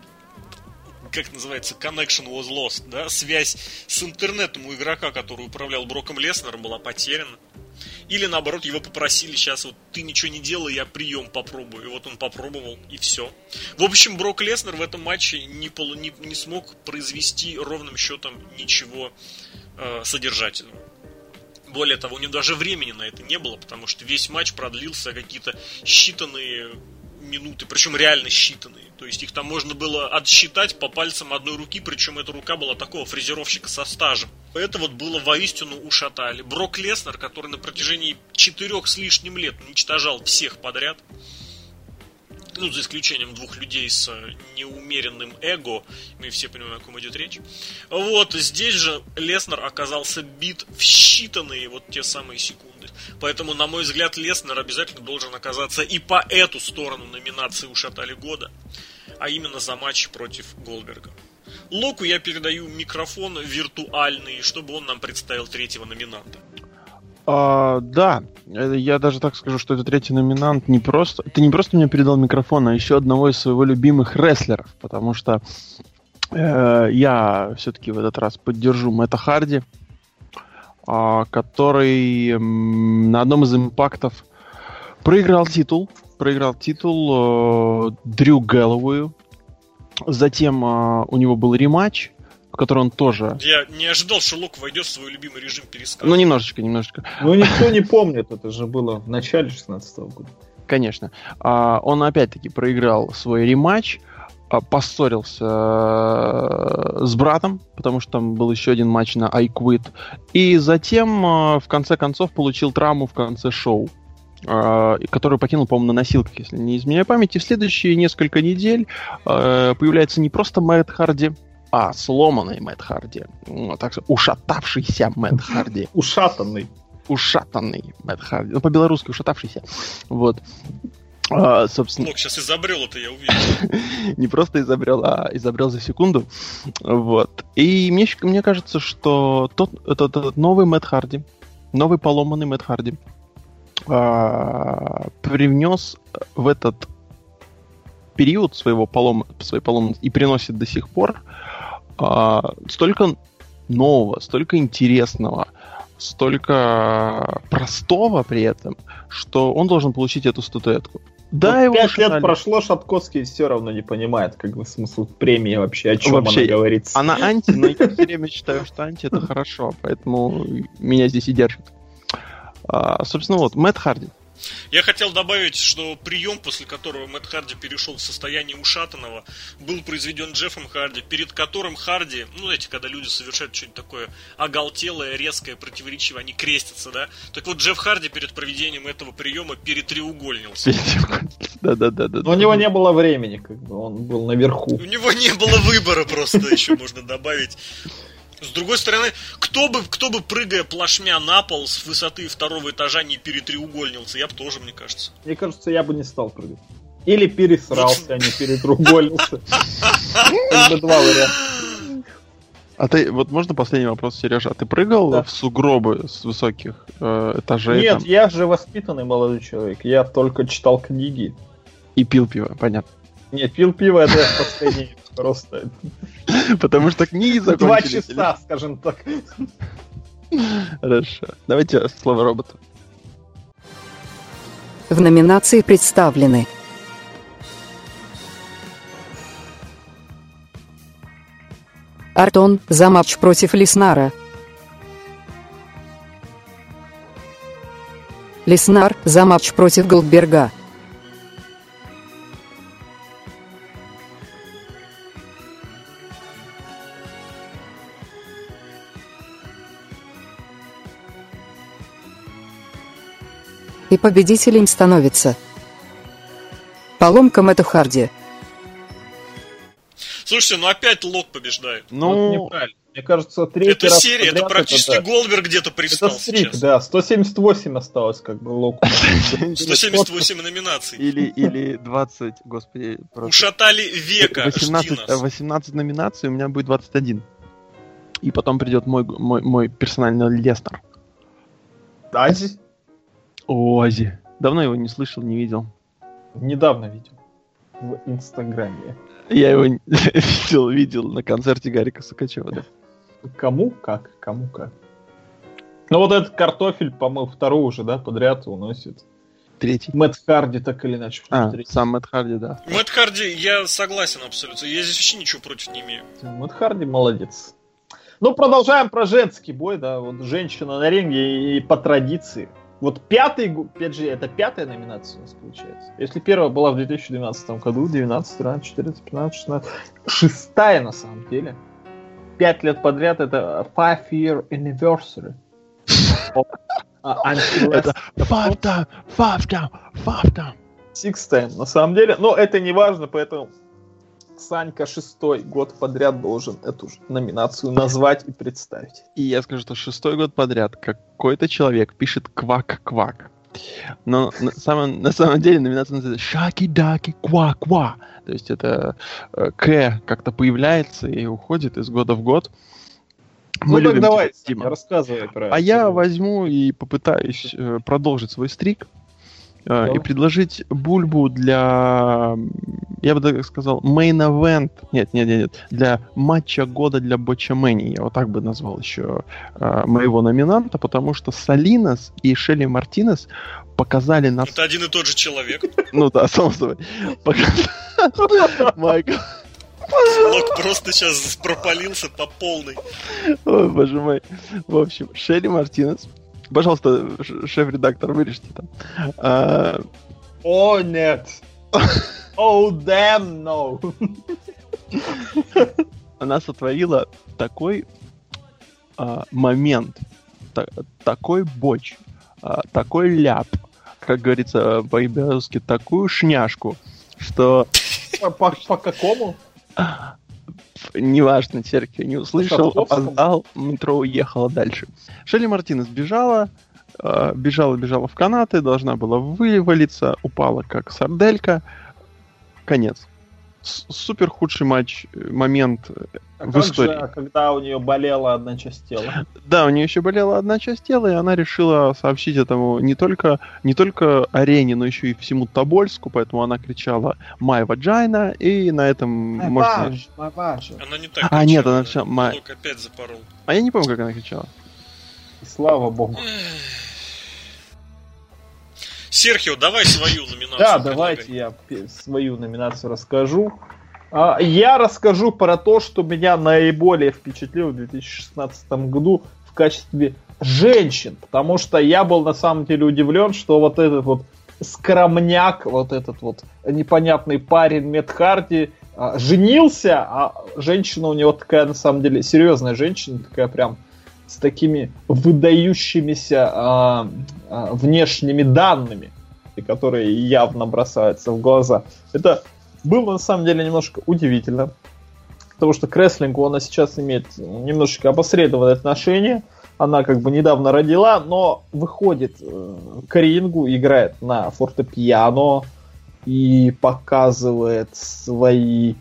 как называется, connection was lost, да? Связь с интернетом у игрока, который управлял Броком Леснаром, была потеряна. Или наоборот, его попросили сейчас, вот ты ничего не делай, я прием попробую. И вот он попробовал, и все. В общем, Брок Леснар в этом матче не смог произвести ровным счетом ничего содержательного. Более того, у него даже времени на это не было, потому что весь матч продлился какие-то считанные минуты, причем реально считанные. То есть их там можно было отсчитать по пальцам одной руки, причем эта рука была такого фрезеровщика со стажем. Это вот было воистину ушатали. Брок Леснар, который на протяжении 4 с лишним лет уничтожал всех подряд, ну, за исключением 2 людей с неумеренным эго, мы все понимаем, о ком идет речь. Вот, здесь же Леснар оказался бит в считанные вот те самые секунды. Поэтому, на мой взгляд, Леснар обязательно должен оказаться и по эту сторону номинации Ушатали года, а именно за матч против Голдберга. Локу я передаю микрофон виртуальный, чтобы он нам представил 3-го номинанта. Да, я даже так скажу, что это 3-й номинант не просто... Ты не просто мне передал микрофон, а еще одного из своего любимых рестлеров, потому что я все-таки в этот раз поддержу Мэтта Харди, который на одном из импактов проиграл титул Дрю Гэллоуэю. Затем у него был рематч, в который он тоже... Я не ожидал, что Лок войдет в свой любимый режим пересказа. Ну, немножечко. Ну, никто не помнит, это же было в начале 16-го года. Конечно. Он опять-таки проиграл свой рематч, поссорился с братом, потому что там был еще один матч на I Quit. И затем, в конце концов, получил травму в конце шоу, которую покинул, по-моему, на носилках, если не изменяю память. И в следующие несколько недель появляется не просто Мэтт Харди, а сломанный Мэтт Харди. Так что ушатавшийся Мэтт Харди. Ушатанный Мэтт Харди. Ну, по-белорусски ушатавшийся. Вот. Собственно... Лок сейчас изобрел это, я уверен. Не просто изобрел, а изобрел за секунду. Вот. И мне кажется, что этот новый Мэтт Харди, новый поломанный Мэтт Харди, привнес в этот период своей поломанности и приносит до сих пор столько нового, столько интересного, столько простого при этом, что он должен получить эту статуэтку. Да, вот 5 лет прошло, Шатковский все равно не понимает, как бы, смысл премии вообще, о чем она говорится. Она анти, но я все время считаю, что анти это хорошо, поэтому меня здесь и держит. Собственно, вот, Мэтт Харди. Я хотел добавить, что прием, после которого Мэтт Харди перешел в состояние ушатанного, был произведен Джеффом Харди, перед которым Харди, ну, знаете, когда люди совершают что-нибудь такое оголтелое, резкое, противоречивое, они крестятся, да? Так вот, Джефф Харди перед проведением этого приема перетреугольнился. Да. Но у него не было времени, как бы, он был наверху. У него не было выбора просто, еще можно добавить. С другой стороны, кто бы прыгая плашмя на пол с высоты второго этажа не перетреугольнился, я бы тоже, мне кажется. Мне кажется, я бы не стал прыгать. Или пересрался, а не перетреугольился. Это два варианта. А ты, вот можно последний вопрос, Сережа? А ты прыгал в сугробы с высоких этажей? Нет, там? я же воспитанный молодой человек. Я только читал книги. И пил пиво, понятно. Нет, пил пиво, это я в последний просто... Потому что книги закончились. 2 часа, скажем так. Хорошо. Давайте слово роботу. В номинации представлены Артон за матч против Леснара. Леснар за матч против Голдберга. И победителем становится поломка Мэтта Харди. Слушайте, опять Лок побеждает. Неправильно. Мне кажется, третий это раз серия, это практически Голдберг где-то пристал это стрик, сейчас. Да, 178 осталось, как бы, Локу. 178 номинаций. Или 20, господи. Ушатали века, 18 номинаций, у меня будет 21. И потом придет мой персональный Леснар. Ази? Ози. Давно его не слышал, не видел. Недавно видел. В Инстаграме. Я его видел на концерте Гарика Сукачева, да. Кому как? Ну вот этот картофель, по-моему, второй уже, да, подряд уносит. Третий. Мэтт Харди так или иначе. Сам Мэтт Харди, да. Мэтт Харди, я согласен абсолютно. Я здесь вообще ничего против не имею. Мэтт Харди молодец. Ну, продолжаем про женский бой, да. Вот женщина на ринге и по традиции. Вот опять же, это 5-я номинация у нас получается. Если первая была в 2012 году, 12, 13, 14, 15, 16. 6-я на самом деле. 5 лет подряд это 5-year anniversary. Это 5 time. 6 time, на самом деле. Но это не важно, поэтому Санька 6-й год подряд должен эту же номинацию назвать и представить. И я скажу, что 6-й год подряд какой-то человек пишет квак-квак. Но на самом деле номинация называется Шаки-даки ква-ква. То есть это К как-то появляется и уходит из года в год. Мы любим давай, Тима. Рассказывай про это. А я возьму и попытаюсь продолжить свой стрик. И предложить Бульбу для, я бы так сказал, main event, нет, для матча года для Бочамэнии. Я вот так бы назвал еще моего номинанта, потому что Салинас и Шелли Мартинес показали нас... Это один и тот же человек. Ну да, само собой. Майкл. Лок просто сейчас пропалился по полной. Ой, боже мой. В общем, Шелли Мартинес. Пожалуйста, шеф-редактор, вырежьте там. О, нет. Oh, damn, no. Она сотворила такой момент, такой боч, такой ляп, как говорится по-иберски, такую шняшку, что... По какому? Неважно, Серхио не услышал, опоздал, метро уехала дальше. Шелли Мартинес бежала в канаты, должна была вывалиться, упала как сарделька. Конец. Супер худший момент в истории. Же, когда у нее болела одна часть тела. Да, у нее еще болела одна часть тела, и она решила сообщить этому не только арене, но еще и всему Тобольску, поэтому она кричала «My vagina», и на этом Она не так кричала. Нет, она кричала Лок опять запорол. А я не помню, как она кричала. И слава богу. Серхио, давай свою номинацию. Да, давайте я свою номинацию расскажу. Я расскажу про то, что меня наиболее впечатлило в 2016 году в качестве женщин. Потому что я был на самом деле удивлен, что вот этот вот скромняк, вот этот вот непонятный парень Мэтт Харди женился, а женщина у него такая, на самом деле, серьезная женщина, такая прям с такими выдающимися внешними данными, которые явно бросаются в глаза. Это было на самом деле немножко удивительно. потому что к рестлингу она сейчас имеет немножечко опосредованное отношение. Она как бы недавно родила, но выходит к рингу, играет на фортепиано и показывает свои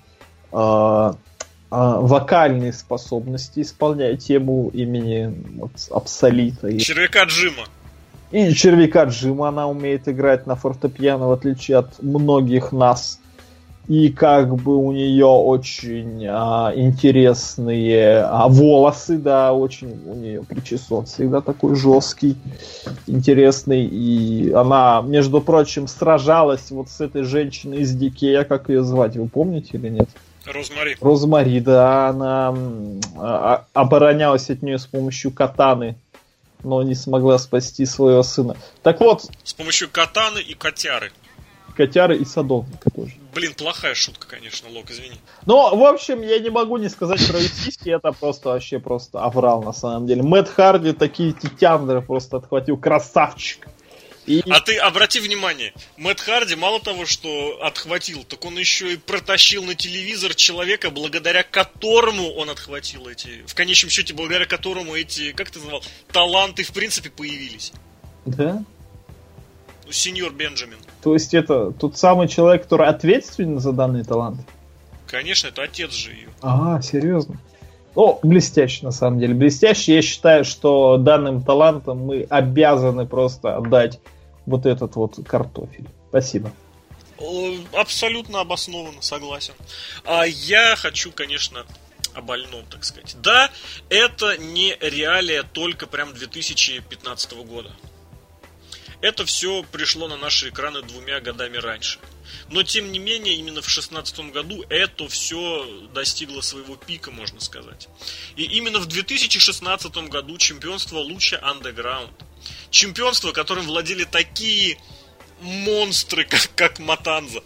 вокальные способности, исполняя тему имени Абсолита. Червяка Джима. И червяка Джима она умеет играть на фортепиано, в отличие от многих нас. И как бы у нее очень интересные волосы, да, очень у нее причесон всегда такой жесткий, интересный. И она, между прочим, сражалась вот с этой женщиной из Дикея, как ее звать, вы помните или нет? Розмари. Розмари, да, она оборонялась от нее с помощью катаны, но не смогла спасти своего сына. Так вот. С помощью катаны и котяры. Котяры и садовника тоже. Блин, плохая шутка, конечно, Лок, извини. Ну, в общем, я не могу не сказать про сиськи, это вообще просто аврал на самом деле. Мэтт Харди такие титяндры просто отхватил, красавчик. А ты обрати внимание, Мэтт Харди мало того, что отхватил, так он еще и протащил на телевизор человека, благодаря которому он отхватил в конечном счете, благодаря которому эти, как ты назвал, таланты в принципе появились. Да? Сеньор Бенджамин. То есть это тот самый человек, который ответственен за данный талант? Конечно, это отец же ее. Серьезно? Блестяще, на самом деле. Блестяще. Я считаю, что данным талантом мы обязаны просто отдать вот этот вот картофель. Спасибо. Абсолютно обоснованно, согласен. А я хочу, конечно, о больном, так сказать. Да, это не реалия только прям 2015 года. Это все пришло на наши экраны 2 годами раньше. Но, тем не менее, именно в 2016 году это все достигло своего пика, можно сказать. И именно в 2016 году чемпионство Lucha Underground. Чемпионство, которым владели такие монстры, как Матанза.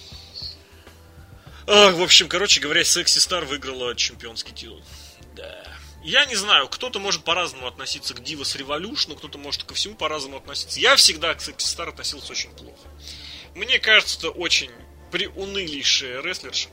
В общем, короче говоря, Секси Стар выиграла чемпионский титул. Да. Я не знаю, кто-то может по-разному относиться к Divas Revolution, кто-то может ко всему по-разному относиться. Я всегда к Секси Стар относился очень плохо. Мне кажется, это очень приунылейшая рестлерша.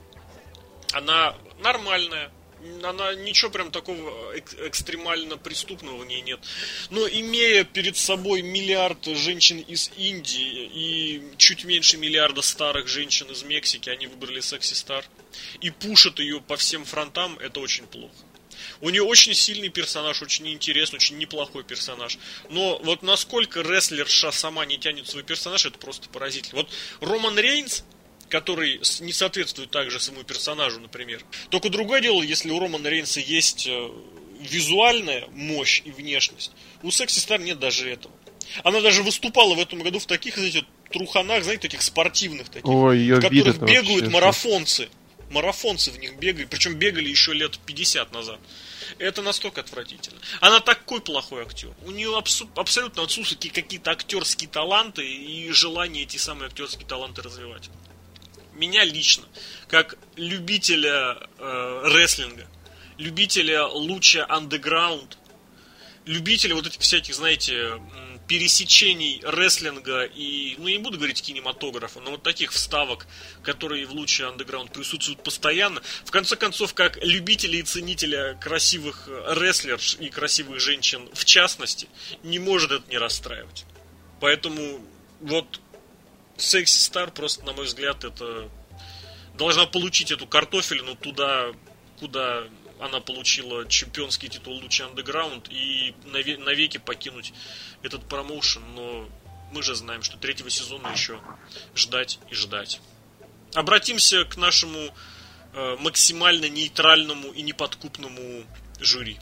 Она нормальная. Она ничего прям такого экстремально преступного в ней нет. Но имея перед собой миллиард женщин из Индии и чуть меньше миллиарда старых женщин из Мексики, они выбрали Секси Стар и пушат ее по всем фронтам, это очень плохо. У нее очень сильный персонаж, очень интересный, очень неплохой персонаж. Но вот насколько рестлерша сама не тянет свой персонаж, это просто поразительно. Вот Роман Рейнс, который не соответствует также своему персонажу, например. Только другое дело, если у Романа Рейнса есть визуальная мощь и внешность. У Секси Стар нет даже этого. Она даже выступала в этом году в таких, знаете, труханах, знаете, таких спортивных таких, в которых бегают марафонцы. Марафонцы в них бегали, причем бегали еще лет 50 назад. Это настолько отвратительно. Она такой плохой актер. У нее абсолютно отсутствуют какие-то актерские таланты и желание эти самые актерские таланты развивать. Меня лично, как любителя рестлинга, любителя Lucha Underground, любителя вот этих всяких, знаете, пересечений рестлинга и, я не буду говорить кинематографа, но вот таких вставок, которые в Lucha Underground присутствуют постоянно. В конце концов, как любителя и ценителя красивых рестлерш и красивых женщин в частности, не может это не расстраивать. Поэтому вот Секси Стар просто, на мой взгляд, это должна получить эту картофелину туда, куда она получила чемпионский титул Lucha Underground, и навеки покинуть этот промоушен. Но мы же знаем, что 3-го сезона еще ждать и ждать. Обратимся к нашему максимально нейтральному и неподкупному жюри.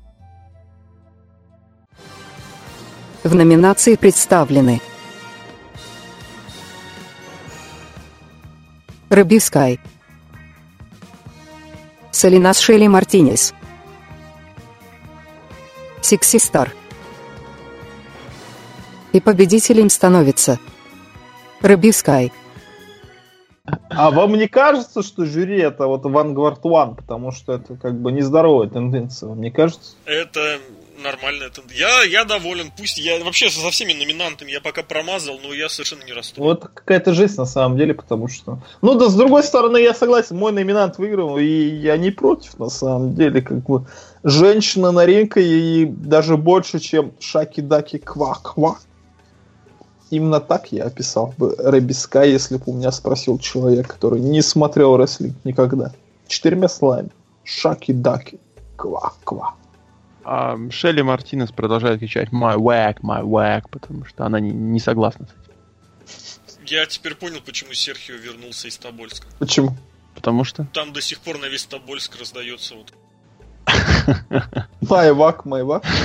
В номинации представлены Руби Скай, Салинас Шелли Мартинес, Секси Стар. И победителем становится Руби Скай. А вам не кажется, что жюри это вот Vanguard One, потому что это как бы нездоровая тенденция, вам не кажется? Это нормально. Я доволен. Пусть я вообще со всеми номинантами я пока промазал, но я совершенно не расстроен. Вот какая-то жесть на самом деле, потому что... Ну да, с другой стороны, я согласен, мой номинант выиграл, и я не против, на самом деле. Как бы женщина на ринге и даже больше, чем Шаки-Даки Ква-Ква. Именно так я описал бы Рэби Скай, если бы у меня спросил человек, который не смотрел рестлинг никогда. 4 словами. Шаки-Даки Ква-Ква. А Шелли Мартинес продолжает кричать my whack, потому что она не согласна с этим. Я теперь понял, почему Серхио вернулся из Тобольска. Почему? Потому что? Там до сих пор на весь Тобольск раздается вот. My whack.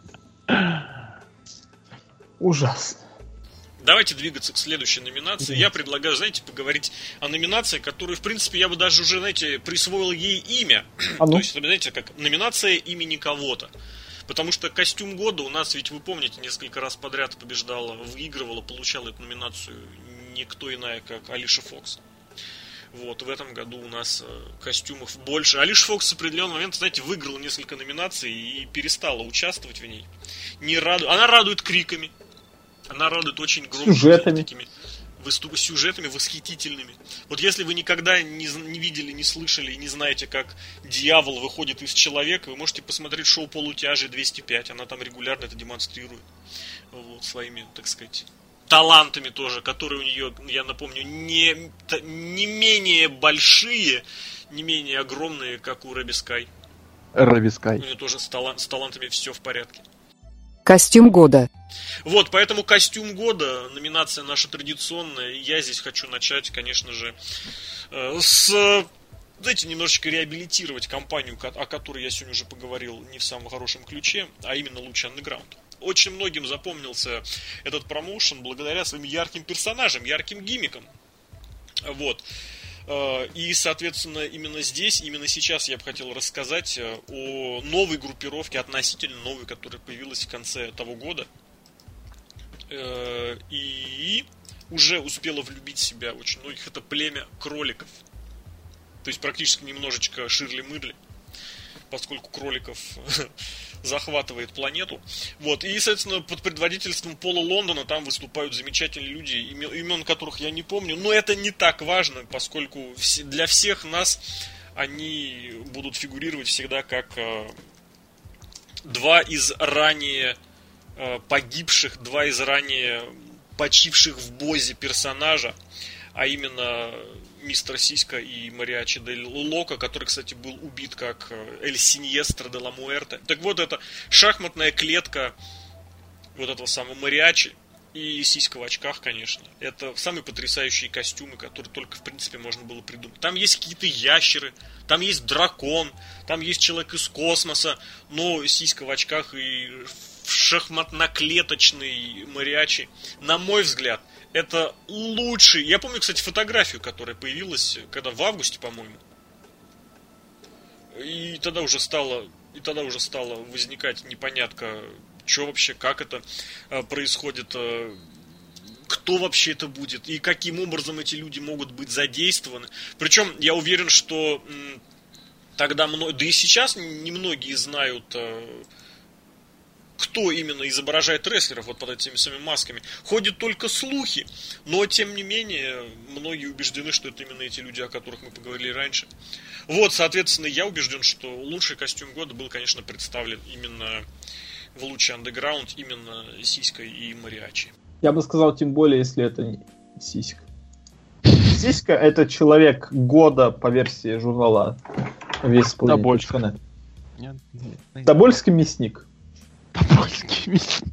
Ужасно. Давайте двигаться к следующей номинации. Я предлагаю, знаете, поговорить о номинации, которую, в принципе, я бы даже уже, знаете, присвоил ей имя. То есть, знаете, как номинация имени кого-то. Потому что костюм года у нас, ведь вы помните, несколько раз подряд побеждала, выигрывала, получала эту номинацию никто иная, как Алиша Фокс. Вот, в этом году у нас костюмов больше. Алиша Фокс в определенный момент, знаете, выиграла несколько номинаций и перестала участвовать в ней. Она радует криками. Она радует очень громкими такими сюжетами восхитительными. Вот если вы никогда не видели, не слышали и не знаете, как дьявол выходит из человека, вы можете посмотреть шоу «Полутяжи 205». Она там регулярно это демонстрирует. Вот, своими, так сказать, талантами тоже, которые у нее, я напомню, не менее большие, не менее огромные, как у Рэби Скай. Рэби Скай. У нее тоже с талантами все в порядке. Костюм года. Вот, поэтому костюм года, номинация наша традиционная. Я здесь хочу начать, конечно же, знаете, немножечко реабилитировать компанию, о которой я сегодня уже поговорил не в самом хорошем ключе, а именно Lucha Underground. Очень многим запомнился этот промоушен благодаря своим ярким персонажам, ярким гиммикам. Вот. И, соответственно, именно здесь, именно сейчас я бы хотел рассказать о новой группировке, относительно новой, которая появилась в конце того года. И уже успела влюбить в себя очень многих. Это племя кроликов. То есть практически немножечко Ширли-Мырли, поскольку кроликов захватывает планету. Вот. И, соответственно, под предводительством Пола Лондона там выступают замечательные люди, имен которых я не помню. Но это не так важно, поскольку для всех нас они будут фигурировать всегда как два из ранее погибших, два из ранее почивших в бозе персонажа, а именно мистер Сиська и Мариачи Дель Локо, который, кстати, был убит как Эль Синьестро де ла Муэрте. Так вот, это шахматная клетка вот этого самого Мариачи и Сиська в очках, конечно. Это самые потрясающие костюмы, которые только, в принципе, можно было придумать. Там есть какие-то ящеры, там есть дракон, там есть человек из космоса, но Сиська в очках и шахматно-клеточный Мариачи, на мой взгляд, это лучший. Я помню, кстати, фотографию, которая появилась, когда в августе, по-моему. И тогда уже стало возникать непонятка, что вообще, как это происходит, кто вообще это будет и каким образом эти люди могут быть задействованы. Причем я уверен, что тогда да и сейчас немногие знают, кто именно изображает рестлеров вот под этими самыми масками. Ходят только слухи, но тем не менее многие убеждены, что это именно эти люди, о которых мы поговорили раньше. Вот, соответственно, я убежден, что лучший костюм года был, конечно, представлен именно в Lucha Underground, именно Сиськой и Мариачи. Я бы сказал, тем более, если это не Сиська. Сиська — это человек года по версии журнала Тобольск. Тобольский мясник. Тобольский мясник.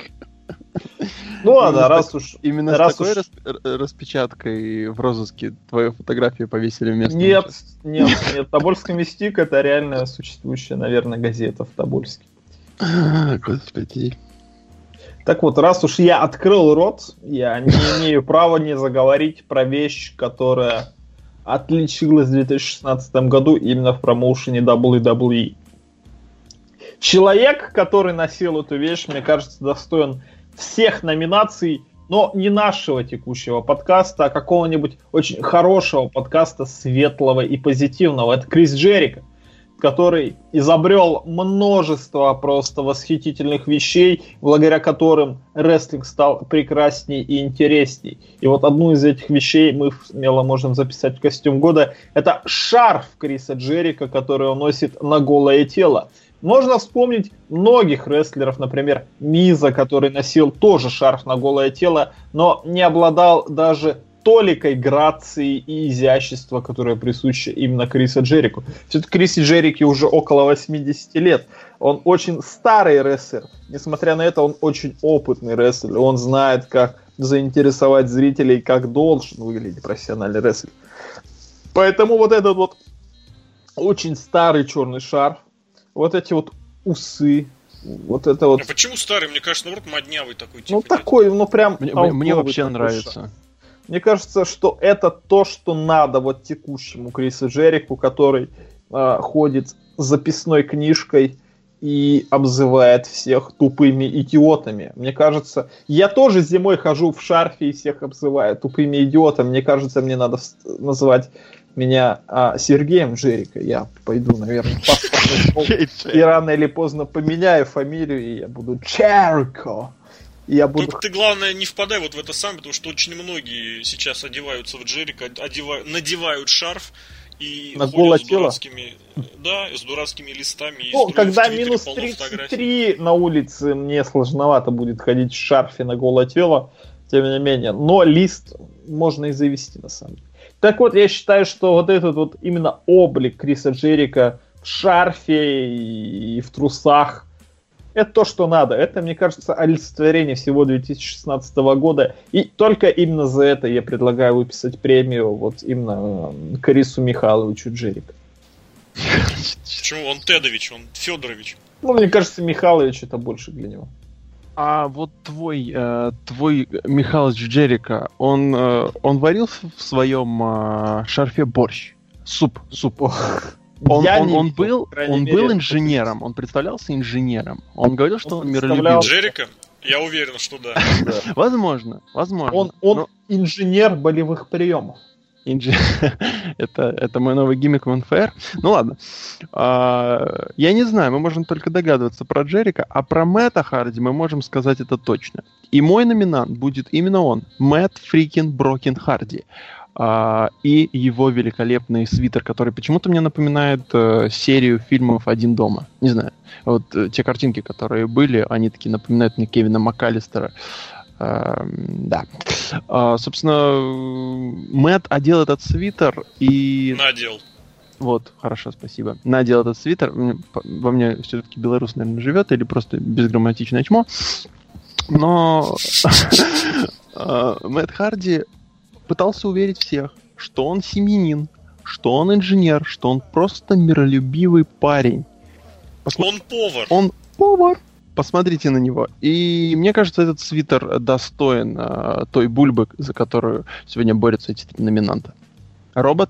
Ну ладно, раз уж... Именно с такой распечаткой в розыске твою фотографию повесили вместо... Нет. Тобольский мясник — это реально существующая, наверное, газета в Тобольске. Господи. Так вот, раз уж я открыл рот, я не имею права не заговорить про вещь, которая отличилась в 2016 году именно в промоушене WWE. Человек, который носил эту вещь, мне кажется, достоин всех номинаций, но не нашего текущего подкаста, а какого-нибудь очень хорошего подкаста, светлого и позитивного. Это Крис Джерико, который изобрел множество просто восхитительных вещей, благодаря которым рестлинг стал прекрасней и интересней. И вот одну из этих вещей мы смело можем записать в костюм года. Это шарф Криса Джерика, который он носит на голое тело. Можно вспомнить многих рестлеров, например, Миза, который носил тоже шарф на голое тело, но не обладал даже толикой грации и изящества, которое присуще именно Криса Джерику. Все-таки Крисе Джерике уже около 80 лет. Он очень старый рестлер. Несмотря на это, он очень опытный рестлер. Он знает, как заинтересовать зрителей, как должен выглядеть профессиональный рестлер. Поэтому вот этот вот очень старый черный шарф, вот эти вот усы, вот это вот... А почему старый? Мне кажется, наоборот, моднявый такой. Типа, ну, такой, ну, прям... Мне вообще нравится. Шарф. Мне кажется, что это то, что надо вот текущему Крису Джерику, который ходит с записной книжкой и обзывает всех тупыми идиотами. Мне кажется, я тоже зимой хожу в шарфе и всех обзываю тупыми идиотами. Мне кажется, мне надо называть меня Сергеем Джерико. Я пойду, наверное, в паспортный стол и рано или поздно поменяю фамилию, и я буду Джерико. Я буду... Только ты, главное, не впадай вот в это самое, потому что очень многие сейчас одеваются в Джерико, надевают шарф и на ходят с дурацкими, да, с дурацкими листами. Ну, когда минус 33 на улице, мне сложновато будет ходить в шарфе на голое тело, тем не менее. Но лист можно и завести, на самом деле. Так вот, я считаю, что вот этот вот именно облик Криса Джерика в шарфе и в трусах, это то, что надо. Это, мне кажется, олицетворение всего 2016 года. И только именно за это я предлагаю выписать премию вот именно Крису Михайловичу Джерико. Почему? Он Тедович, он Федорович. Ну, мне кажется, Михайлович это больше для него. А вот твой Михайлович Джерико, он варил в своем шарфе борщ? Суп. Он был инженером, он представлялся инженером. Он говорил, что он миролюбивый. Джерико? Я уверен, что да. Возможно. Он инженер болевых приемов. Это мой новый гиммик в НФР. Ну ладно. Я не знаю, мы можем только догадываться про Джерико, а про Мэтта Харди мы можем сказать это точно. И мой номинант будет именно он. Мэтт фрикин Брокен Харди. И его великолепный свитер, который почему-то мне напоминает серию фильмов «Один дома». Не знаю. Вот те картинки, которые были, они такие напоминают мне Кевина МакАлистера. Да. Собственно, Мэтт одел этот свитер и... Надел. Вот, хорошо, спасибо. Надел этот свитер. Во мне все-таки белорус, наверное, живет, или просто безграмматичное чмо. Но Мэтт Харди пытался уверить всех, что он семьянин, что он инженер, что он просто миролюбивый парень. Он повар. Он повар. Посмотрите на него. И мне кажется, этот свитер достоин той бульбы, за которую сегодня борются эти три номинанта. Робот?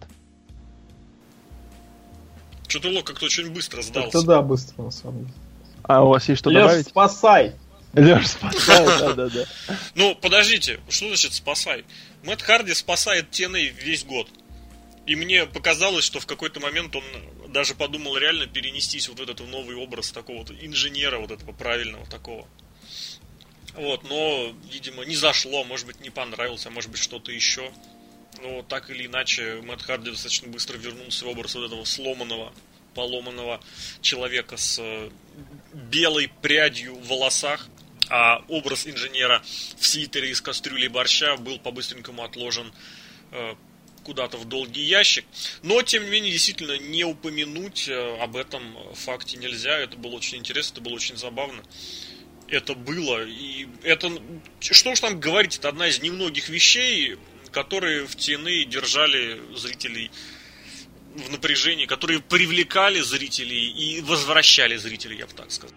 Что-то Лок как-то очень быстро сдался. Это да, быстро, на самом деле. А у вас есть что добавить? Спасай! Лёш, спасай, да. Ну, подождите, что значит спасай? Мэтт Харди спасает TNA весь год. И мне показалось, что в какой-то момент он даже подумал реально перенестись вот в этот новый образ такого вот инженера, вот этого правильного такого. Вот, но, видимо, не зашло, может быть, не понравился, а может быть, что-то еще. Но так или иначе, Мэтт Харди достаточно быстро вернулся в образ вот этого сломанного, поломанного человека с белой прядью в волосах. А образ инженера в свитере из кастрюли борща был по-быстренькому отложен куда-то в долгий ящик. Но, тем не менее, действительно, не упомянуть об этом факте нельзя. Это было очень интересно, это было очень забавно. Это было. И это, что уж там говорить, это одна из немногих вещей, которые в TNA держали зрителей в напряжении, которые привлекали зрителей и возвращали зрителей, я бы так сказал.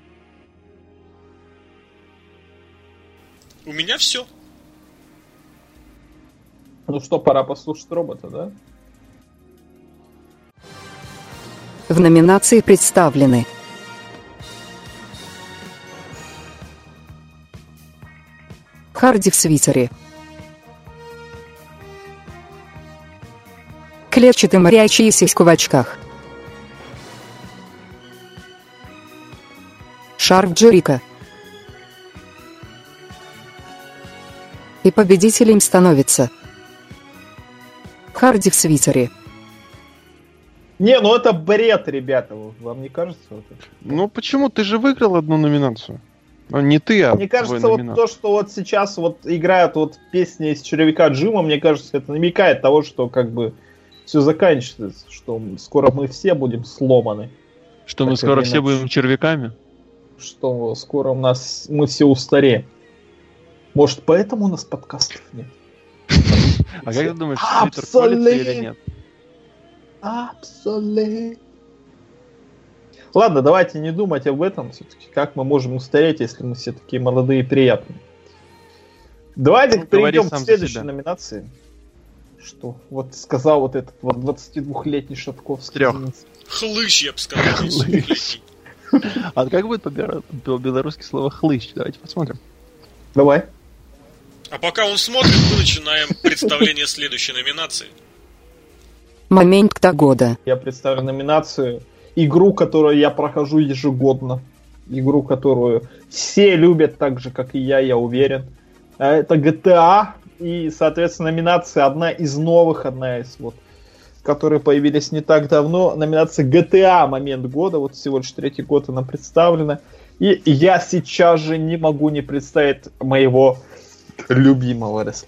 У меня все. Ну что, пора послушать робота, да? В номинации представлены Харди в свитере, клетчатый морячий сиську в очках, Шарф Джерика. И победителем становится Харди в свитере. Не, ну это бред, ребята, вам не кажется? Это? Ну почему? Ты же выиграл одну номинацию. Не ты, а мне кажется, вот то, что вот сейчас вот играют вот песни из червяка Джима, мне кажется, это намекает того, что как бы все заканчивается, что скоро мы все будем сломаны. Что мы скоро все будем червяками? Что скоро мы все устареем. Может, поэтому у нас подкастов нет? А как ты думаешь, Твиттер колется или нет? Абсолютно. Ладно, давайте не думать об этом все-таки. Как мы можем устареть, если мы все такие молодые и приятные. Давайте перейдем к следующей номинации. Что? Вот сказал вот этот вот 22-летний Шатковский. Хлыщ, я бы сказал. Хлыщ. А как будет по-белорусски слово хлыщ? Давайте посмотрим. Давай. А пока он смотрит, мы начинаем представление следующей номинации. Момент года. Я представлю номинацию. Игру, которую я прохожу ежегодно. Игру, которую все любят так же, как и я уверен. Это GTA. И, соответственно, номинация одна из новых, одна из вот, которые появились не так давно. Номинация GTA момент года. Вот всего лишь 3-й год она представлена. И я сейчас же не могу не представить моего любимого рестлера.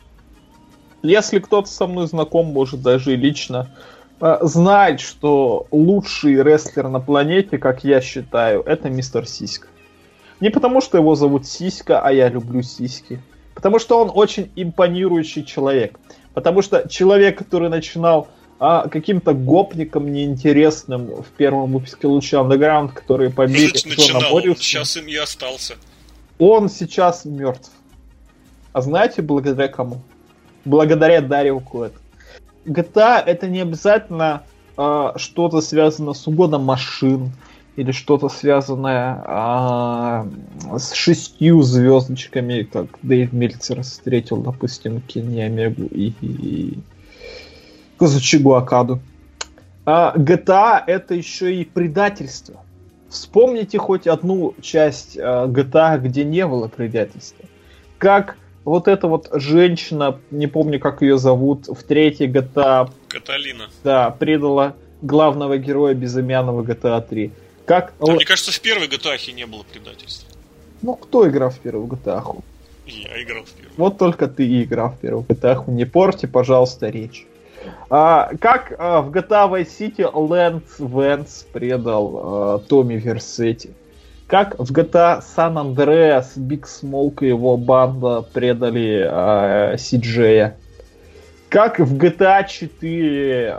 Если кто-то со мной знаком, может даже и лично, знать, что лучший рестлер на планете, как я считаю, это мистер Сиська. Не потому, что его зовут Сиська, а я люблю сиськи. Потому что он очень импонирующий человек. Потому что человек, который начинал каким-то гопником неинтересным в первом выпуске Lucha Underground, которые побили Джона Мориуса. Он сейчас им и остался. Он сейчас мертв. А знаете, благодаря кому? Благодаря Дарио Куэту. GTA это не обязательно что-то связано с угоном машин или что-то связанное с 6 звездочками, как Дэйв Мельцер встретил, допустим, Кенни Омегу и Казучигу Акаду. GTA это еще и предательство. Вспомните хоть одну часть GTA, где не было предательства. Как вот эта вот женщина, не помню, как ее зовут, в 3-й GTA... Каталина. Да, предала главного героя безымянного GTA 3. Как... Мне кажется, в первой GTA не было предательства. Ну, кто играл в первую GTA? Я играл в первую. Вот только ты и играл в первую GTA. Не порти, пожалуйста, речь. Как в GTA Vice City Лэнс Вэнс предал Томми Версетти. Как в GTA San Andreas Биг Смоук и его банда предали Си-Джея. Как в GTA 4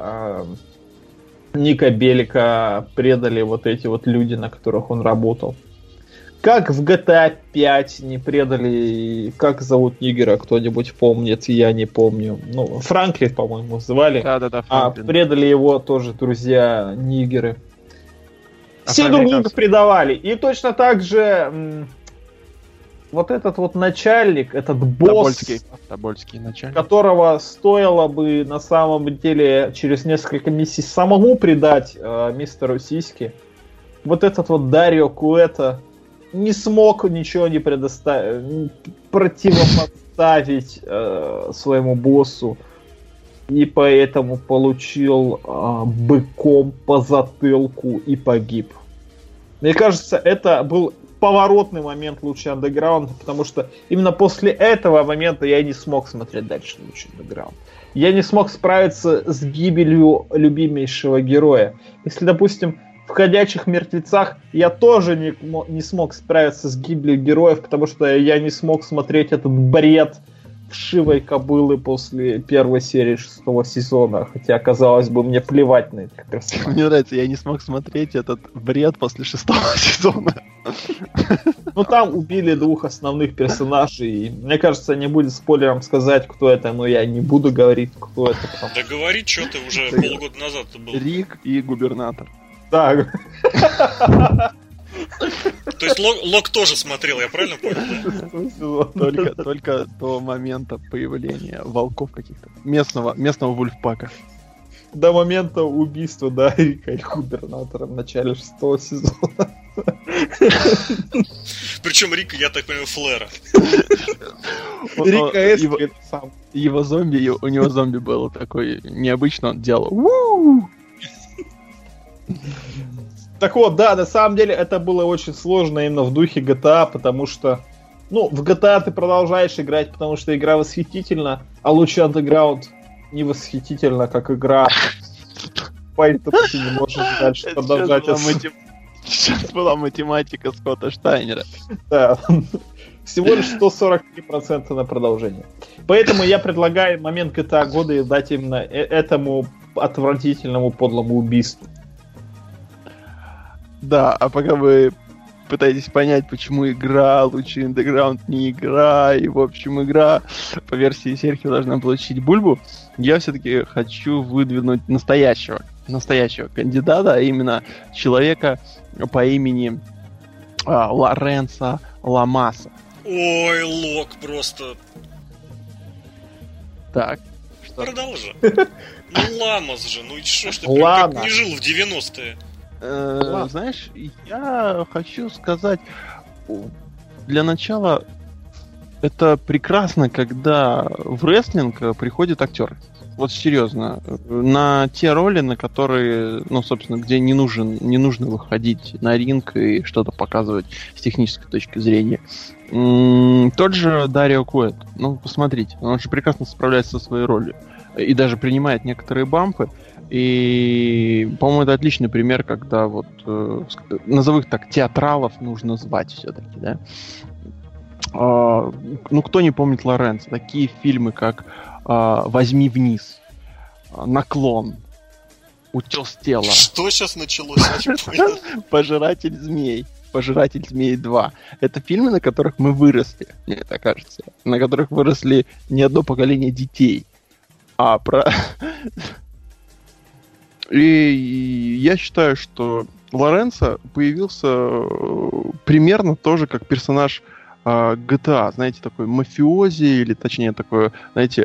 Ника Белика предали вот эти вот люди, на которых он работал. Как в GTA 5 не предали... Как зовут нигера, кто-нибудь помнит? Я не помню. Ну, Франклин, по-моему, звали. Да, Франклин. Предали его тоже друзья нигеры. Все друг друга предавали. И точно так же вот этот вот начальник, этот босс, Тобольский начальник, которого стоило бы на самом деле через несколько миссий самому предать мистеру Сиське, вот этот вот Дарио Куэта не смог ничего не противопоставить своему боссу. И поэтому получил быком по затылку и погиб. Мне кажется, это был поворотный момент Lucha Underground, потому что именно после этого момента я не смог смотреть дальше Lucha Underground. Я не смог справиться с гибелью любимейшего героя. Если, допустим, в «Ходячих мертвецах» я тоже не смог справиться с гибелью героев, потому что я не смог смотреть этот бред вшивой кобылы после первой серии 6-го сезона. Хотя, казалось бы, мне плевать на этих персонажей. Мне нравится, я не смог смотреть этот бред после 6-го сезона. Ну, там убили 2 основных персонажей. И, мне кажется, не будет спойлером сказать, кто это, но я не буду говорить, кто это. Да говори, что ты уже полгода назад был. Рик и губернатор. Да. То есть Лок тоже смотрел, я правильно понял? Только до момента появления волков каких-то. Местного вульфпака. До момента убийства, да, Рика и губернатора в начале 6-го сезона. Причем Рика, я так понимаю, Флэра. Рика Эсквит сам. Его зомби, у него зомби было такой необычно, он делал «Вуу!». Так вот, да, на самом деле это было очень сложно именно в духе GTA, потому что, ну, в GTA ты продолжаешь играть, потому что игра восхитительна, а лучше Underground не восхитительна, как игра. Поэтому ты не можешь дальше продолжать. Сейчас была математика Скотта Штайнера. Да. Всего лишь 143% на продолжение. Поэтому я предлагаю момент GTA года дать именно этому отвратительному подлому убийству. Да, а пока вы пытаетесь понять, почему игра лучше Underground не игра, и в общем игра по версии Серхио должна получить бульбу, я все-таки хочу выдвинуть настоящего кандидата, а именно человека по имени Лоренцо Ламаса. Ой, Лок просто. Так. Что? Продолжи. Ну, Ламас же, ну и что ж ты прям как не жил в 90-е? Знаешь, я хочу сказать, для начала, это прекрасно, когда в рестлинг приходит актер. Вот серьезно, на те роли, на которые, ну, собственно, где не нужно выходить на ринг и что-то показывать с технической точки зрения. Тот же Дарио Куэт, ну, посмотрите, он же прекрасно справляется со своей ролью и даже принимает некоторые бампы. И, по-моему, это отличный пример, когда вот назовых так театралов нужно звать все-таки, да. Ну, кто не помнит Лоренцо? Такие фильмы, как «Возьми вниз», «Наклон», «Утес тела». Что сейчас началось? «Пожиратель змей». «Пожиратель змей 2». Это фильмы, на которых мы выросли, мне так кажется. На которых выросли не одно поколение детей. И я считаю, что Лоренцо появился примерно тоже как персонаж GTA, знаете, такой мафиози, или точнее такое, знаете,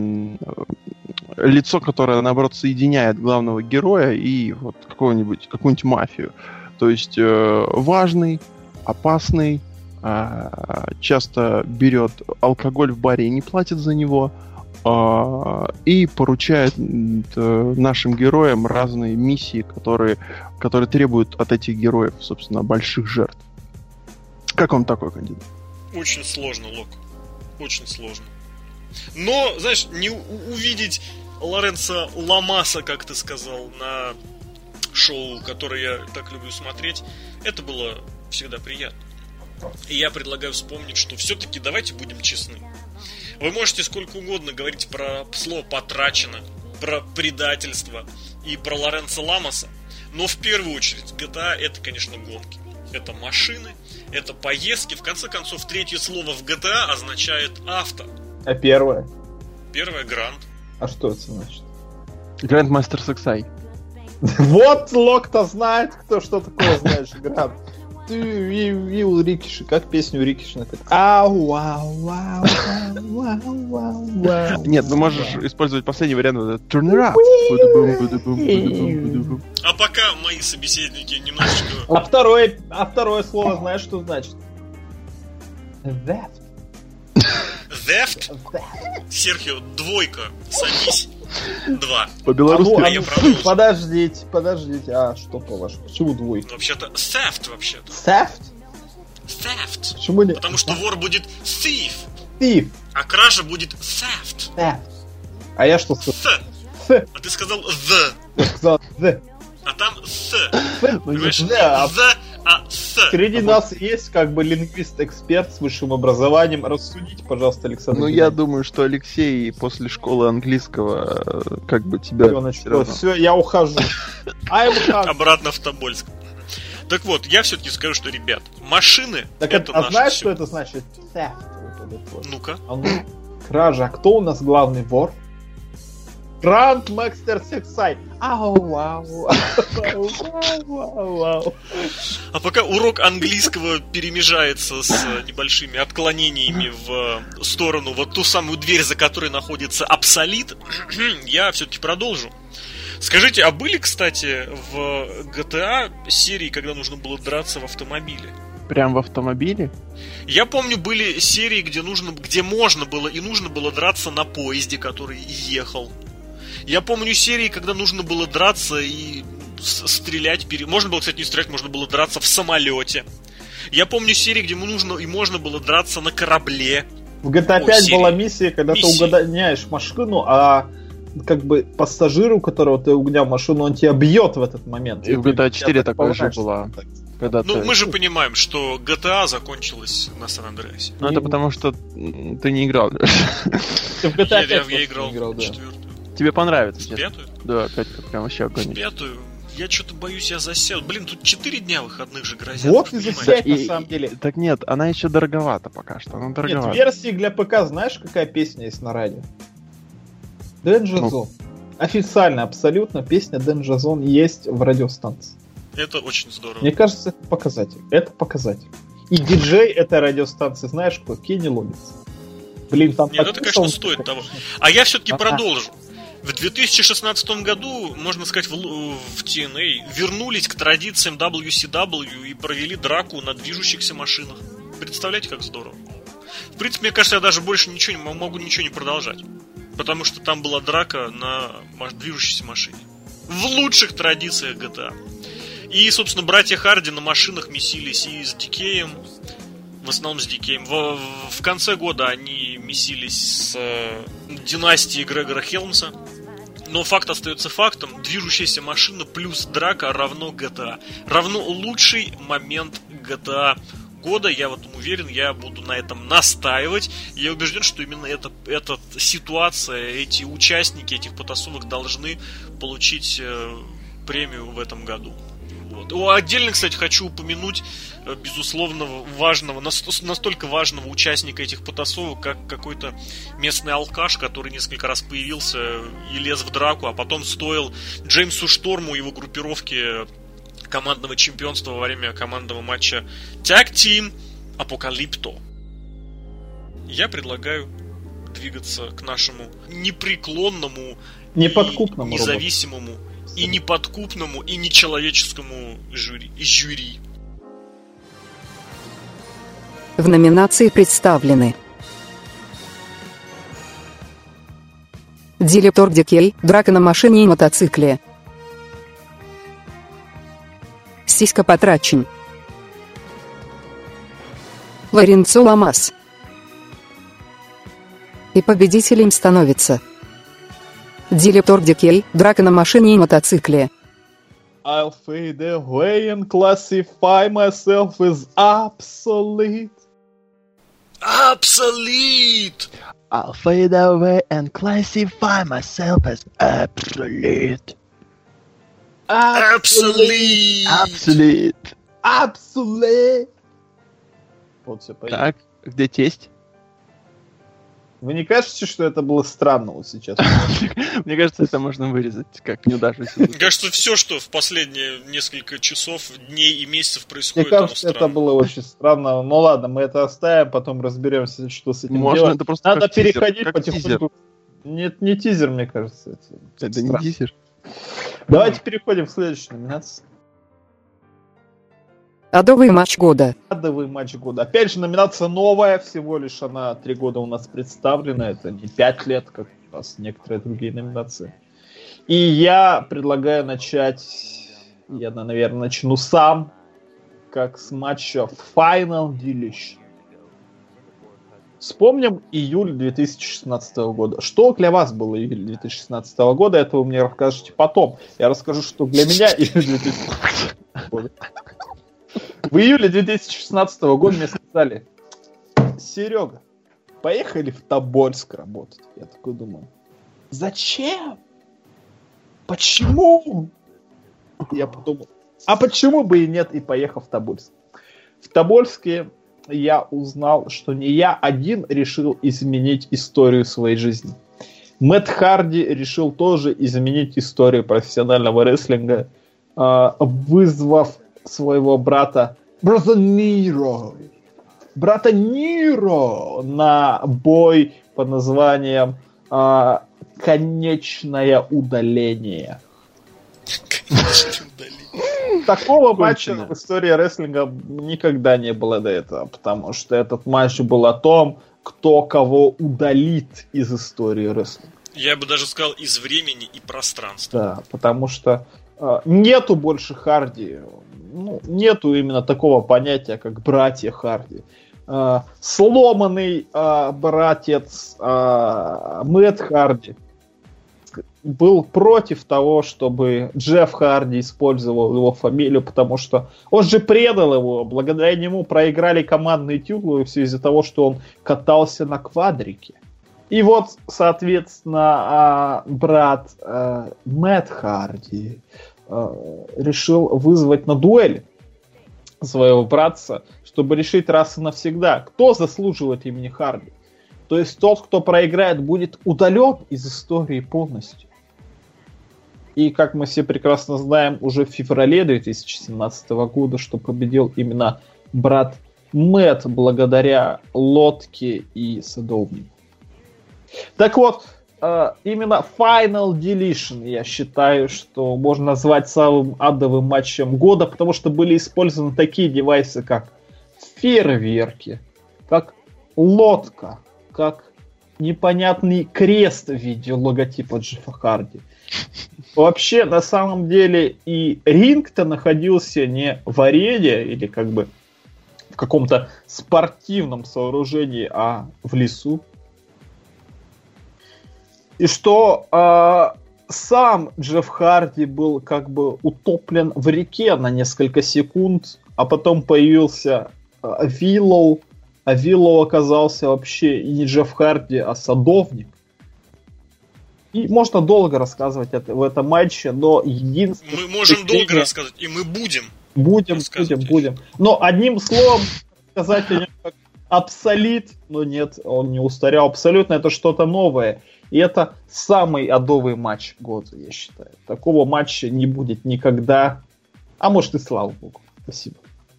лицо, которое, наоборот, соединяет главного героя и вот какую-нибудь мафию. То есть важный, опасный, часто берет алкоголь в баре и не платит за него, и поручает нашим героям разные миссии, которые требуют от этих героев, собственно, больших жертв. Как вам такой кандидат? Очень сложно, Лок. Очень сложно. Но, знаешь, не увидеть Лоренцо Ламаса, как ты сказал, на шоу, которое я так люблю смотреть, это было всегда приятно. И я предлагаю вспомнить, что все-таки давайте будем честны. Вы можете сколько угодно говорить про слово «потрачено», про предательство и про Лоренцо Ламаса, но в первую очередь GTA это, конечно, гонки. Это машины, это поездки. В конце концов, третье слово в GTA означает авто. А первое? Первое — Гранд. А что это значит? Grandmaster Sexai. Вот Лок-то знает, кто что такое знаешь, Гранд. Ты видел Рикиши, как песню Рикиши написать? Нет, ну можешь использовать последний вариант. Turn it up. А пока мои собеседники немножечко... А второе слово знаешь, что значит? Theft. Theft? Серхио, двойка. Садись. 2. По-белорусски. Подождите. А что по-вашему? Почему двойка? Вообще-то theft, вообще-то. Theft? Theft. Почему нет? Потому что вор будет thief. Thief. А кража будет theft. Theft. А я что сказал? А ты сказал the. Я сказал the. А там the. Понимаешь? The, а the. Среди нас есть как бы лингвист-эксперт с высшим образованием. Рассудите, пожалуйста, Александр. Ну, я думаю, что Алексей после школы английского как бы тебя... Все, я ухожу. Обратно в Тобольск. Так вот, я все-таки скажу, что, ребят, машины так это а наше знаешь, все. что это значит? Theft. Ну-ка. Кража. А кто у нас главный вор? Grandmaster Sexai. Ау. А пока урок английского перемежается с небольшими отклонениями в сторону, вот ту самую дверь, за которой находится Абсолит, я все-таки продолжу. Скажите, а были, кстати, в GTA серии, когда нужно было драться в автомобиле? Прям в автомобиле? Я помню, были серии, где можно было и нужно было драться на поезде, который ехал. Я помню серии, когда нужно было драться и стрелять. Можно было, кстати, не стрелять, можно было драться в самолете. Я помню серии, где нужно и можно было драться на корабле. В GTA 5 была миссия, когда ты угоняешь машину, а как бы пассажир, у которого ты угонял машину, он тебя бьет в этот момент. И в GTA 4 такое же было. Мы же понимаем, что GTA закончилась на Сан-Андреасе. Ну это потому, что ты не играл. Я играл в четвертую. Тебе понравится? Пятую? Да, пятую прям вообще огонь. Пятую? Я что-то боюсь, я засяду. Блин, тут 4 дня выходных же грозят. Вот и засядь, на самом деле. Так нет, она еще дороговата пока что. Она дороговата. Нет, версии для ПК, знаешь, какая песня есть на радио? Danger Zone. Официально, абсолютно, песня Danger Zone есть в радиостанции. Это очень здорово. Мне кажется, это показатель. Это показатель. И диджей этой радиостанции, знаешь кто? Кенни Логгинс. Блин, там... Нет, это, конечно, стоит того. А я все-таки продолжу. В 2016 году, можно сказать, в TNA вернулись к традициям WCW и провели драку на движущихся машинах. Представляете, как здорово? В принципе, мне кажется, я даже больше могу ничего не продолжать. Потому что там была драка на движущейся машине. В лучших традициях GTA. И, собственно, братья Харди на машинах месились и с Дикеем. В основном с Дикеем. В конце года они месились с династией Грегора Хелмса. Но факт остается фактом. Движущаяся машина плюс драка равно GTA. Равно лучший момент GTA года. Я в этом уверен. Я буду на этом настаивать. Я убежден, что именно эта ситуация, эти участники этих потасовок должны получить премию в этом году. Вот. Отдельно, кстати, хочу упомянуть, безусловно, настолько важного участника этих потасовок, как какой-то местный алкаш, который несколько раз появился и лез в драку, а потом стоил Джеймсу Шторму его группировки командного чемпионства во время командного матча Tag Team Апокалипто. Я предлагаю двигаться к нашему непреклонному, неподкупному, независимому и неподкупному, и нечеловеческому жюри. В номинации представлены Дилетор Дикей, драка на машине и мотоцикле. Сиська Потрачень. Лоренцо Ламас. И победителем становится Дилетор Дикей, драка на машине и мотоцикле. I'll fade away and classify myself as obsolete. Obsolete! I'll fade away and classify myself as obsolete. Obsolete! Obsolete. Obsolete. Вот все понятно. Так, где тесть? Вы не кажете, что это было странно вот сейчас? Мне кажется, это можно вырезать, как неудачу. Мне кажется, все, что в последние несколько часов, дней и месяцев происходит, мне кажется, это было очень странно. Ну ладно, мы это оставим, потом разберемся, что с этим делать. Это просто надо переходить как потихоньку. Нет, не тизер, мне кажется. Это не тизер. Давайте переходим к следующей номинации. Адовый матч года. Адовый матч года. Опять же, номинация новая, всего лишь она 3 года у нас представлена. Это не 5 лет, как у нас некоторые другие номинации. И я предлагаю начать, я, наверное, начну сам, как с матча Final Delish. Вспомним июль 2016 года. Что для вас было июль 2016 года, это вы мне расскажете потом. Я расскажу, что для меня июль 2016 года. В июле 2016 года мне сказали: Серега, поехали в Тобольск работать. Я такой думаю, зачем? Почему? Я подумал, а почему бы и нет, и поехал в Тобольск. В Тобольске я узнал, что не я один решил изменить историю своей жизни. Мэтт Харди решил тоже изменить историю профессионального рестлинга, вызвав своего брата Ниро на бой под названием «Конечное удаление». Такого матча в истории рестлинга никогда не было до этого, потому что этот матч был о том, кто кого удалит из истории рестлинга. Я бы даже сказал, из времени и пространства. Да, потому что нету больше Харди, нету именно такого понятия, как братья Харди. Сломанный братец Мэтт Харди был против того, чтобы Джефф Харди использовал его фамилию, потому что он же предал его, благодаря нему проиграли командные титулы в связи с того, что он катался на квадрике. И вот, соответственно, брат Мэтт Харди решил вызвать на дуэль своего братца, чтобы решить раз и навсегда, кто заслуживает имени Харди. То есть тот, кто проиграет, будет удален из истории полностью. И, как мы все прекрасно знаем, уже в феврале 2017 года, что победил именно брат Мэтт благодаря лодке и садовнику. Так вот, именно Final Deletion, я считаю, что можно назвать самым адовым матчем года, потому что были использованы такие девайсы, как фейерверки, как лодка, как непонятный крест в виде логотипа Джеффа Харди. Вообще, на самом деле, и ринг-то находился не в арене или как бы в каком-то спортивном сооружении, а в лесу. И что сам Джефф Харди был как бы утоплен в реке на несколько секунд, а потом появился Виллоу, а Виллоу оказался вообще и не Джефф Харди, а садовник. И можно долго рассказывать в этом матче, но единственное... Мы можем долго рассказывать, и мы будем. Будем. Но одним словом сказать о нем как абсолют, но нет, он не устарел. Абсолютно это что-то новое. И это самый адовый матч года, я считаю. Такого матча не будет никогда. А может и слава богу. Спасибо.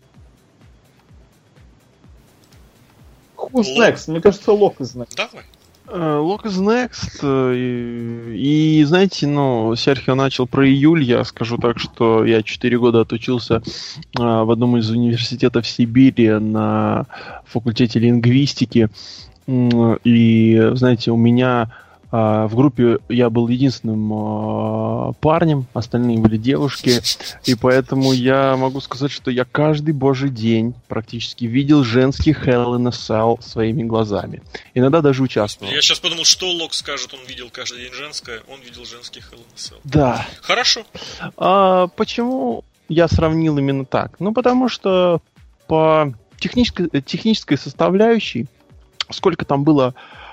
Who's next? Мне кажется, Лок из Next. Давай. Лок из Next. И знаете, Серхио начал про июль. Я скажу так, что я 4 года отучился в одном из университетов Сибири на факультете лингвистики. И, знаете, у меня в группе я был единственным парнем, остальные были девушки, и поэтому я могу сказать, что я каждый божий день практически видел женский Hell in a Cell своими глазами. Иногда даже участвовал. Я сейчас подумал, что Лок скажет, он видел каждый день женское, он видел женский Hell in a Cell. Да. Хорошо. Почему я сравнил именно так? Потому что по технической составляющей, сколько там было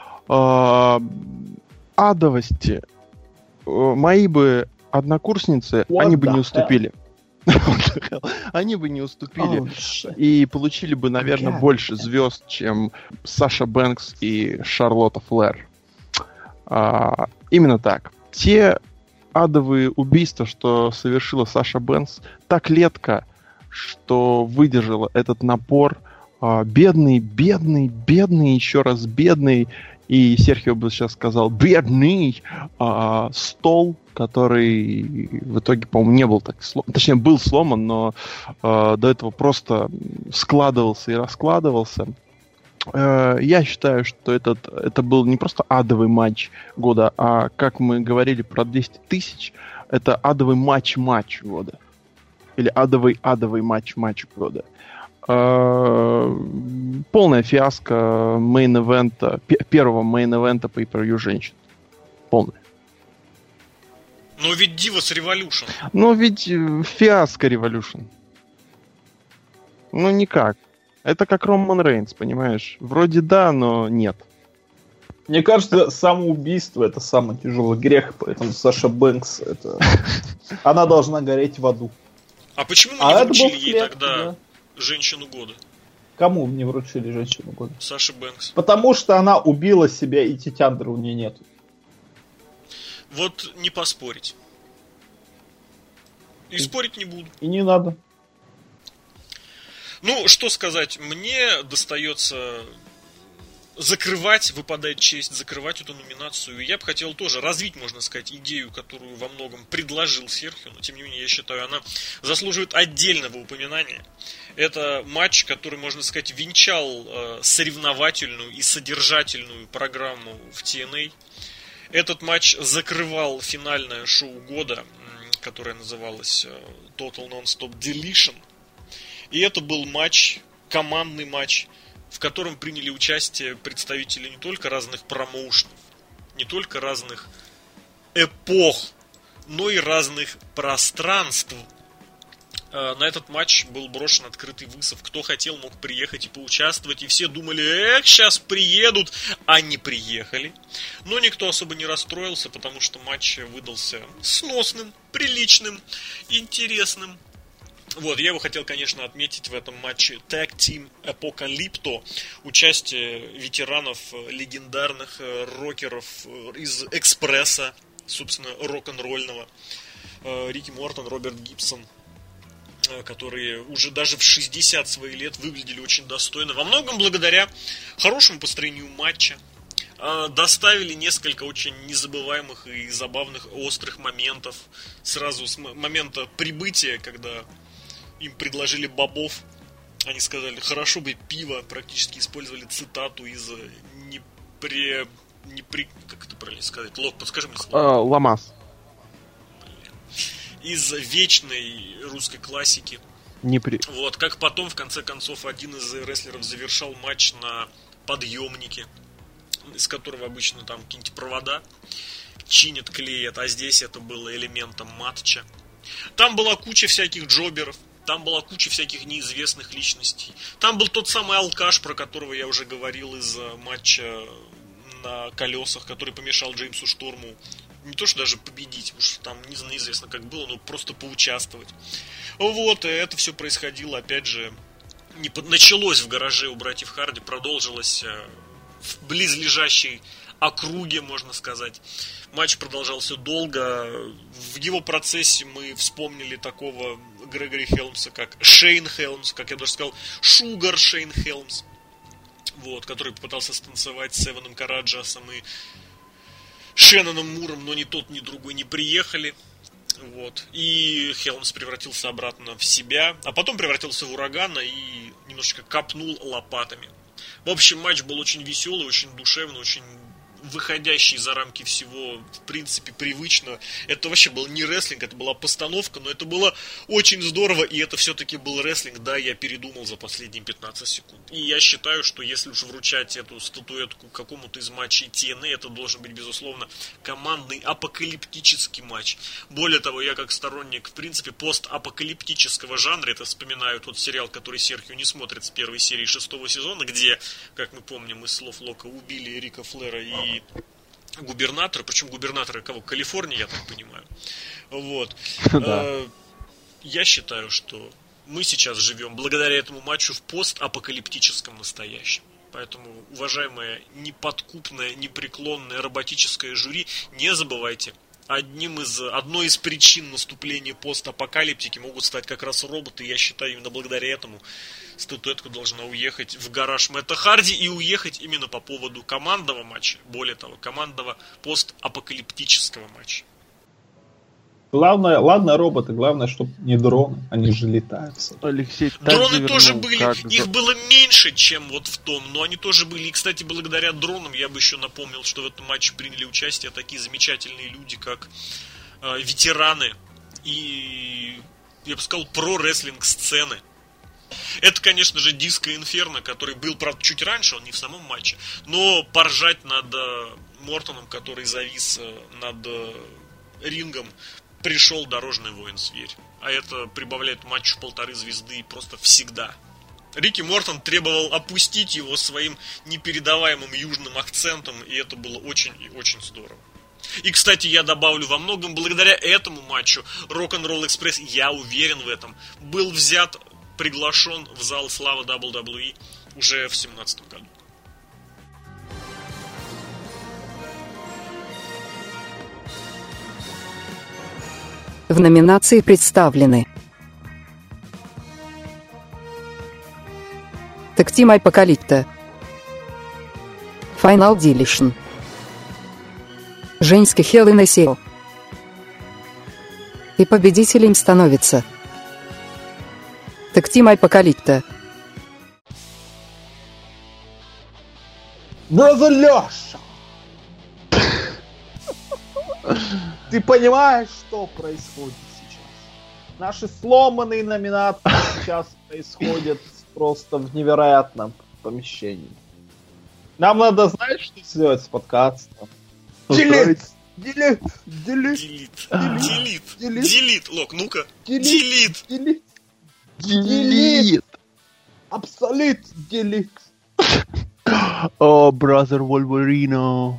адовости, мои бы однокурсницы, они бы не уступили. Они бы не уступили и получили бы, наверное, больше звезд, чем Саша Бэнкс и Шарлотта Флэр. Именно так. Те адовые убийства, что совершила Саша Бэнкс, та клетка, что выдержала этот напор, бедный, еще раз бедный, и Серхио бы сейчас сказал бедный стол, который в итоге, по-моему, не был так сломан. Точнее, был сломан, но до этого просто складывался и раскладывался. Я считаю, что это был не просто адовый матч года, а, как мы говорили про 200 тысяч, это адовый матч года. Или адовый матч года. Полная фиаско мейн-эвента, первого мейн-эвента Pay-Per-View женщин. Полная. Но ведь Divas Revolution. Ведь фиаско Revolution. Никак. Это как Роман Рейнс, понимаешь? Вроде да, но нет. Мне кажется, самоубийство — это самый тяжелый грех, поэтому Саша Бэнкс, она должна гореть в аду. А почему мы не вручили ей тогда женщину года? Кому не вручили женщину года? Саше Бэнкс. Потому что она убила себя, и Титяндра у нее нет. Вот не поспорить. И спорить не буду. И не надо. Что сказать, мне достается закрывать, выпадает честь закрывать эту номинацию. И я бы хотел тоже развить, можно сказать, идею, которую во многом предложил Серхио, но тем не менее, я считаю, она заслуживает отдельного упоминания. Это матч, который, можно сказать, венчал соревновательную и содержательную программу в TNA. Этот матч закрывал финальное шоу года, которое называлось Total Non-Stop Deletion. И это был матч, командный матч, в котором приняли участие представители не только разных промоушенов, не только разных эпох, но и разных пространств. На этот матч был брошен открытый вызов. Кто хотел, мог приехать и поучаствовать. И все думали, сейчас приедут, а не приехали. Но никто особо не расстроился, потому что матч выдался сносным, приличным, интересным. Вот, я бы хотел, конечно, отметить в этом матче Tag Team Apocalypto, участие ветеранов, легендарных рокеров из Экспресса, собственно, рок-н-ролльного, Рики Мортон, Роберт Гибсон, которые уже даже в 60 своих лет выглядели очень достойно. Во многом благодаря хорошему построению матча. Доставили несколько очень незабываемых и забавных острых моментов. Сразу с момента прибытия, когда им предложили бобов, они сказали, хорошо бы пиво, практически использовали цитату из как это правильно сказать? Лок, подскажи мне слово. Ламас. Из вечной русской классики. Вот, как потом, в конце концов, один из рестлеров завершал матч на подъемнике, из которого обычно там какие-нибудь провода чинят, клеят, а здесь это было элементом матча. Там была куча всяких джоберов, там была куча всяких неизвестных личностей. Там был тот самый алкаш, про которого я уже говорил из матча на колесах, который помешал Джеймсу Шторму не то что даже победить, уж там неизвестно как было, но просто поучаствовать. Вот, и это все происходило, опять же, началось в гараже у братьев Харди, продолжилось в близлежащей округе, можно сказать. Матч продолжался долго. В его процессе мы вспомнили такого Грегори Хелмса, как Шейн Хелмс, как я даже сказал, Шугар Шейн Хелмс, вот, который попытался станцевать с Эваном Караджасом и Шенноном Муром, но ни тот, ни другой не приехали. Вот. И Хелмс превратился обратно в себя, а потом превратился в урагана и немножечко копнул лопатами. В общем, матч был очень веселый, очень душевный, очень выходящий за рамки всего, в принципе, привычно. Это вообще был не рестлинг, это была постановка, но это было очень здорово, и это все-таки был рестлинг. Да, я передумал за последние 15 секунд. И я считаю, что если уж вручать эту статуэтку какому-то из матчей TNA, это должен быть, безусловно, командный апокалиптический матч. Более того, я как сторонник, в принципе, постапокалиптического жанра, это вспоминаю тот сериал, который Серхио не смотрит с первой серии 6-го сезона, где, как мы помним из слов Лока, убили Рика Флера и губернатора, причем губернатора кого? Калифорнии, я так понимаю. Вот. Я считаю, что мы сейчас живем благодаря этому матчу в постапокалиптическом настоящем. Поэтому, уважаемое неподкупное, непреклонное роботическое жюри, не забывайте, одной из причин наступления постапокалиптики могут стать как раз роботы. И я считаю, именно благодаря этому статуэтка должна уехать в гараж Мэтта Харди и уехать именно по поводу командного матча. Более того, командного постапокалиптического матча. Главное, ладно, роботы, главное, чтобы не дроны, они же летают. Алексей, дроны тоже были, их было меньше, чем вот в том, но они тоже были. И, кстати, благодаря дронам я бы еще напомнил, что в этом матче приняли участие такие замечательные люди, как ветераны и, я бы сказал, про-рестлинг сцены. Это, конечно же, Диско Инферно, который был, правда, чуть раньше, он не в самом матче, но поржать над Мортоном, который завис над рингом, пришел дорожный воин-зверь. А это прибавляет матчу 1,5 звезды просто всегда. Рики Мортон требовал опустить его своим непередаваемым южным акцентом, и это было очень и очень здорово. И, кстати, я добавлю, во многом благодаря этому матчу Rock'n'Roll Express, я уверен в этом, был приглашен в зал славы WWE уже в 2017 году. В номинации представлены Tag Team Apocalypto, Final Deletion. Женский Hell in a Cell. И победителем становится Tag Team Апокалипта. Бразер Леша! Ты понимаешь, что происходит сейчас? Наши сломанные номинации сейчас происходят просто в невероятном помещении. Нам надо, знаешь, что сделать с подкастом? Делит! Лок, ну-ка. Делит. Абсолют делит. О, бразер Вольверино.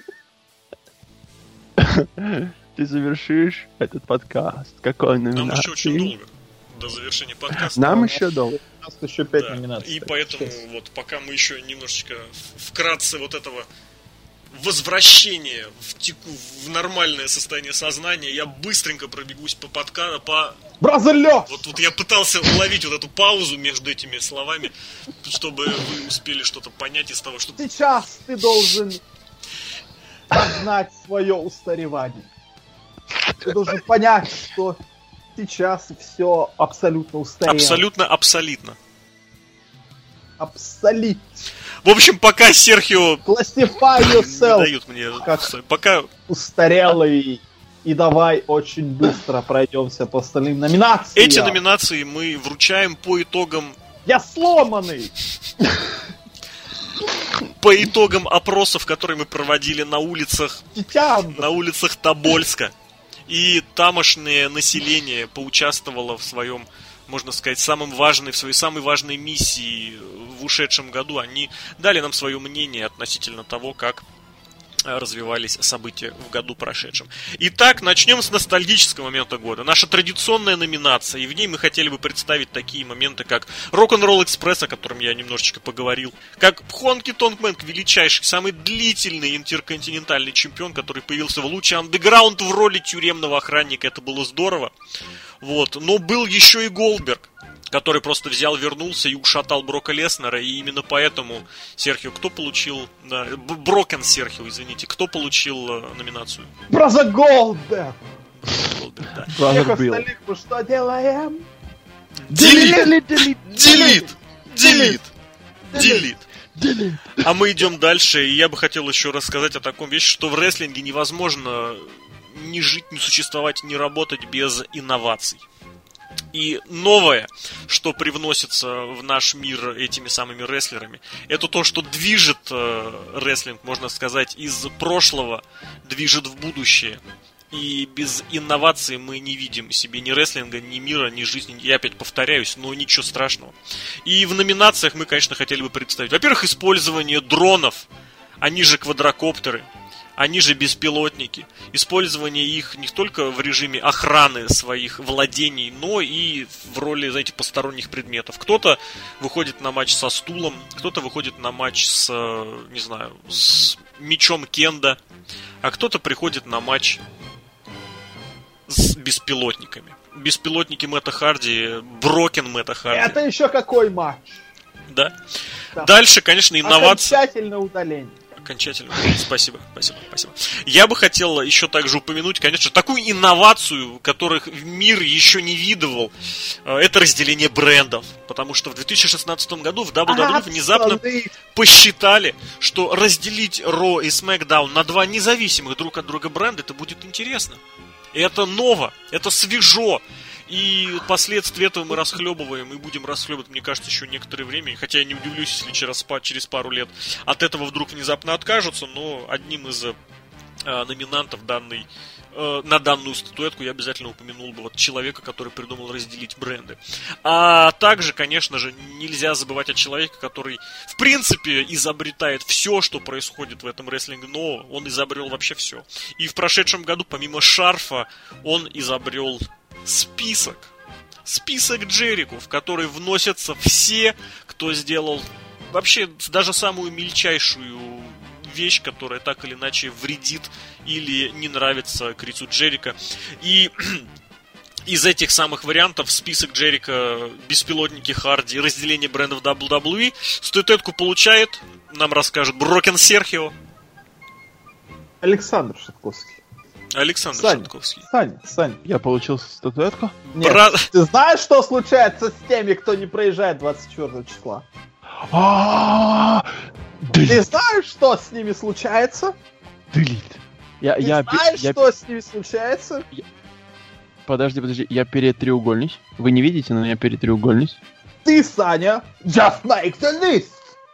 Ты завершишь этот подкаст? Какой номинации? Нам еще очень долго до завершения подкаста. Нам еще долго. У нас еще 5 номинаций. И поэтому вот пока мы еще немножечко вкратце вот этого возвращения в нормальное состояние сознания, я быстренько пробегусь по подкасту, Бразер Лёш! Вот я пытался уловить вот эту паузу между этими словами, чтобы вы успели что-то понять из того, что... Сейчас ты должен познать свое устаревание. Ты должен понять, что сейчас все абсолютно устарело. Абсолютно. Абсолют. В общем, пока Серхио Classify yourself дают мне пока устарелый. И давай очень быстро пройдемся по остальным номинациям. Эти номинации мы вручаем по итогам... Я сломанный! По итогам опросов, которые мы проводили на улицах Тобольска. И тамошнее население поучаствовало в своем, можно сказать, в своей самой важной миссии в ушедшем году. Они дали нам свое мнение относительно того, как развивались события в году прошедшем. Итак, начнем с ностальгического момента года. Наша традиционная номинация, и в ней мы хотели бы представить такие моменты, как Rock'n'Roll Express, о котором я немножечко поговорил, как Honky Tonk Man, величайший, самый длительный интерконтинентальный чемпион, который появился в луче Underground в роли тюремного охранника. Это было здорово. Вот. Но был еще и Голдберг, который просто взял, вернулся и ушатал Брока Леснера, и именно поэтому Серхио, кто получил... Брокен Серхио, извините, кто получил номинацию? Бразер Голдберг! Да. Всех остальных мы что делаем? Делит! А мы идем дальше, и я бы хотел еще рассказать о таком вещи, что в рестлинге невозможно ни жить, ни существовать, ни работать без инноваций. И новое, что привносится в наш мир этими самыми рестлерами, это то, что движет рестлинг, можно сказать, из прошлого, движет в будущее. И без инноваций мы не видим себе ни рестлинга, ни мира, ни жизни. Я опять повторяюсь, но ничего страшного. И в номинациях мы, конечно, хотели бы представить, во-первых, использование дронов, они же квадрокоптеры. Они же беспилотники. Использование их не только в режиме охраны своих владений, но и в роли, знаете, посторонних предметов. Кто-то выходит на матч со стулом, кто-то выходит на матч с, не знаю, с мечом кендо, а кто-то приходит на матч с беспилотниками. Беспилотники Мэтта Харди, Брокен Мэтта Харди. Это еще какой матч? Да. Дальше, конечно, инновации. Окончательное удаление. Окончательно. Спасибо. Я бы хотел еще также упомянуть, конечно, такую инновацию, которых мир еще не видывал. Это разделение брендов. Потому что в 2016 году в WWE внезапно посчитали, что разделить Raw и SmackDown на два независимых друг от друга бренда, это будет интересно. Это ново, это свежо. И последствия этого мы расхлебываем и будем расхлебывать, мне кажется, еще некоторое время. Хотя я не удивлюсь, если через пару лет от этого вдруг внезапно откажутся. Но одним из номинантов на данную статуэтку я обязательно упомянул бы человека, который придумал разделить бренды. А также, конечно же, нельзя забывать о человеке, который, в принципе, изобретает все, что происходит в этом рестлинге, но он изобрел вообще все. И в прошедшем году, помимо шарфа, он изобрел список Джерико, в который вносятся все, кто сделал вообще даже самую мельчайшую вещь, которая так или иначе вредит или не нравится Крису Джерико. И из этих самых вариантов список Джерико, беспилотники Харди, разделение брендов WWE, статуэтку получает нам расскажет Брокен Серхио. Александр Шатковский. Александр Саня, Шатковский. Саня. Я получил статуэтку? Нет, ты знаешь, что случается с теми, кто не проезжает 24 числа? Ты знаешь, что с ними случается? Делит. Что с ними случается? Подожди, я перетреугольнюсь. Вы не видите, но я перетреугольнюсь. Ты, Саня, just make the list!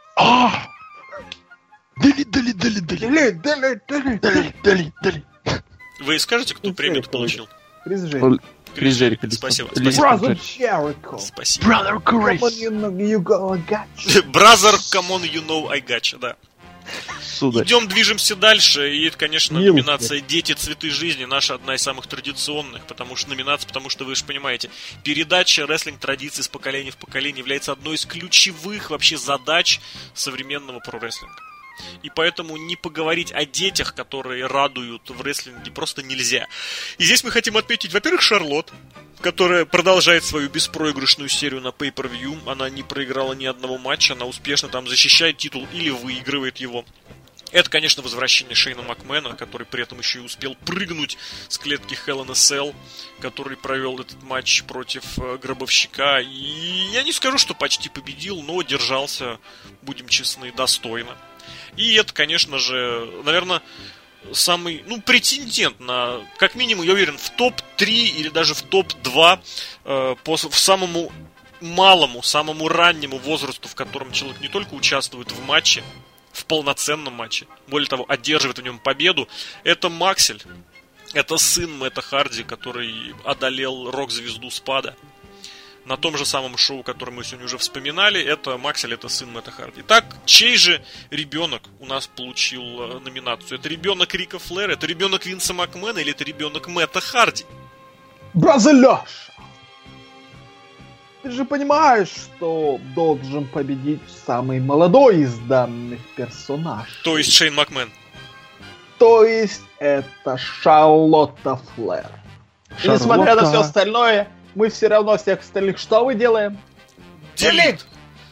Делит. Вы скажете, кто премию получил? Крис Джерика. Крис Джерика. Спасибо. Brother Jericho. Спасибо. Brother Courage. Come on, you go, I got you. Brother, come on, you know, I gotcha, да. Сударь. Идем, движемся дальше. И это, конечно, Милости. номинация «Дети. Цветы жизни». Наша одна из самых традиционных, потому что вы же понимаете, передача рестлинг-традиций с поколения в поколение является одной из ключевых вообще задач современного про-рестлинга. И поэтому не поговорить о детях, которые радуют в рестлинге, просто нельзя. И здесь мы хотим отметить, во-первых, Шарлотт, которая продолжает свою беспроигрышную серию на Pay-Per-View. Она не проиграла ни одного матча, она успешно там защищает титул или выигрывает его. Это, конечно, возвращение Шейна Макмена, который при этом еще и успел прыгнуть с клетки Hell in a Cell, который провел этот матч против Гробовщика. И я не скажу, что почти победил, но держался, будем честны, достойно. И это, конечно же, наверное, самый, претендент на, как минимум, я уверен, в топ-3 или даже в топ-2 в самому малому, самому раннему возрасту, в котором человек не только участвует в матче, в полноценном матче, более того, одерживает в нем победу. Это Максель, это сын Мэтта Харди, который одолел рок-звезду Спада. На том же самом шоу, которое мы сегодня уже вспоминали, это Максель, это сын Мэтта Харди. Итак, чей же ребенок у нас получил номинацию? Это ребенок Рика Флэра, это ребенок Винса Макмена или это ребенок Мэтта Харди? Браза Леша! Ты же понимаешь, что должен победить самый молодой из данных персонажей. То есть Шейн Макмен. То есть это Шарлотта Флэр. И несмотря на все остальное, мы все равно всех остальных что мы делаем? Делит!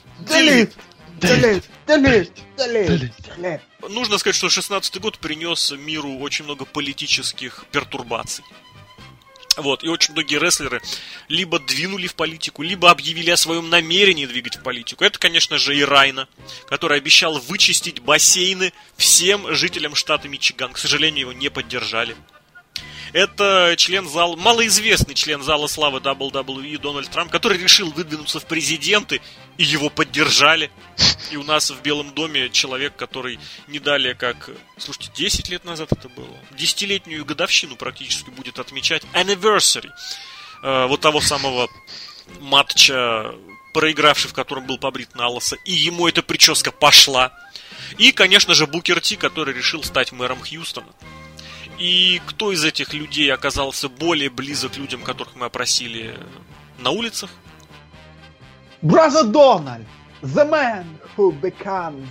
Нужно сказать, что 16-й год принес миру очень много политических пертурбаций. Вот, и очень многие рестлеры либо двинули в политику, либо объявили о своем намерении двигать в политику. Это, конечно же, и Райна, который обещал вычистить бассейны всем жителям штата Мичиган. К сожалению, его не поддержали. Это член зала, малоизвестный член зала славы WWE Дональд Трамп, который решил выдвинуться в президенты, и его поддержали. И у нас в Белом доме человек, который не далее как, слушайте, 10 лет назад это было, 10-летнюю годовщину практически будет отмечать, anniversary, вот того самого матча, проигравший, в котором был побрит налысо, и ему эта прическа пошла. И, конечно же, Букер Ти, который решил стать мэром Хьюстона. И кто из этих людей оказался более близок к людям, которых мы опросили на улицах? Brother Donald, the man who becomes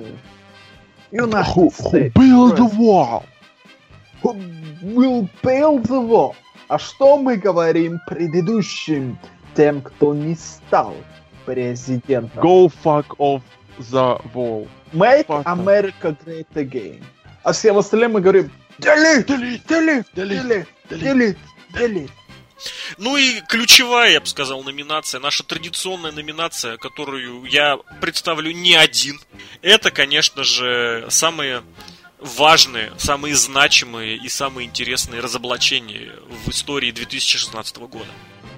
Who build the wall? Who will build the wall? А что мы говорим предыдущим тем, кто не стал президентом? Go fuck off the wall. Make America great again. А всем остальным мы говорим Delete. Ну и ключевая, я бы сказал, номинация, наша традиционная номинация, которую я представлю не один. Это, конечно же, самые важные, самые значимые и самые интересные разоблачения в истории 2016 года.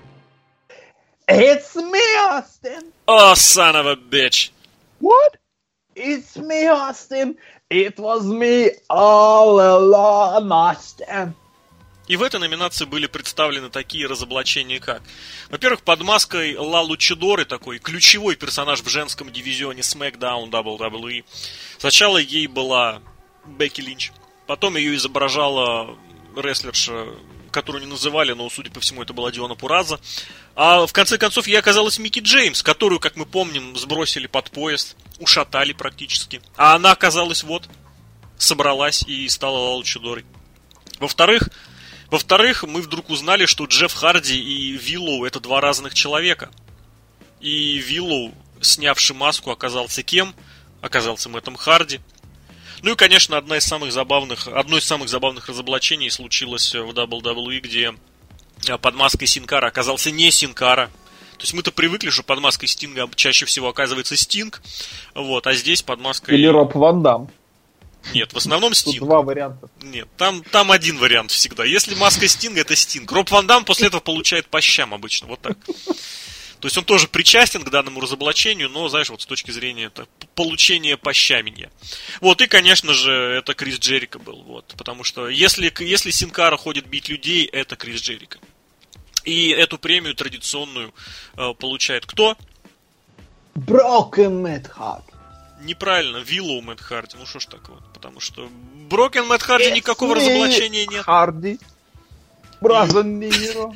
It's me, Austin! Oh, son of a bitch! What? It's me, Austin! It was me all along, Austin! И в этой номинации были представлены такие разоблачения, как... Во-первых, под маской Ла Лучидоры, такой ключевой персонаж в женском дивизионе SmackDown WWE. Сначала ей была Бекки Линч, потом ее изображала рестлерша, которую не называли, но, судя по всему, это была Диона Пураза. А в конце концов ей оказалась Микки Джеймс, которую, как мы помним, сбросили под поезд, ушатали практически. А она оказалась собралась и стала Ла Лучидорой. Во-вторых, мы вдруг узнали, что Джефф Харди и Виллоу — это два разных человека. И Виллоу, снявший маску, оказался кем? оказался Мэттом Харди. Ну и, конечно, одно из самых забавных разоблачений случилось в WWE, где под маской Син-Кара оказался не Син-Кара. То есть мы-то привыкли, что под маской Стинга чаще всего оказывается Стинг, вот, а здесь под маской... Или Роб Ван Дам. Нет, в основном Стинг. Тут два варианта. Нет, там один вариант всегда. Если маска Стинга, это Стинг. Роб Ван Дам после этого получает по щам обычно, вот так. То есть он тоже причастен к данному разоблачению, но, знаешь, вот с точки зрения получения пощамения. Вот, и, конечно же, это Крис Джерико был, вот, потому что если Син-Кара ходит бить людей, это Крис Джерико. И эту премию традиционную получает кто? Broken Matt Hardy. Неправильно, Виллоу Мэтт Харди. Ну что ж такое? Потому что Broken Мэтт Харди никакого разоблачения нет. Харди. Бразен Миро.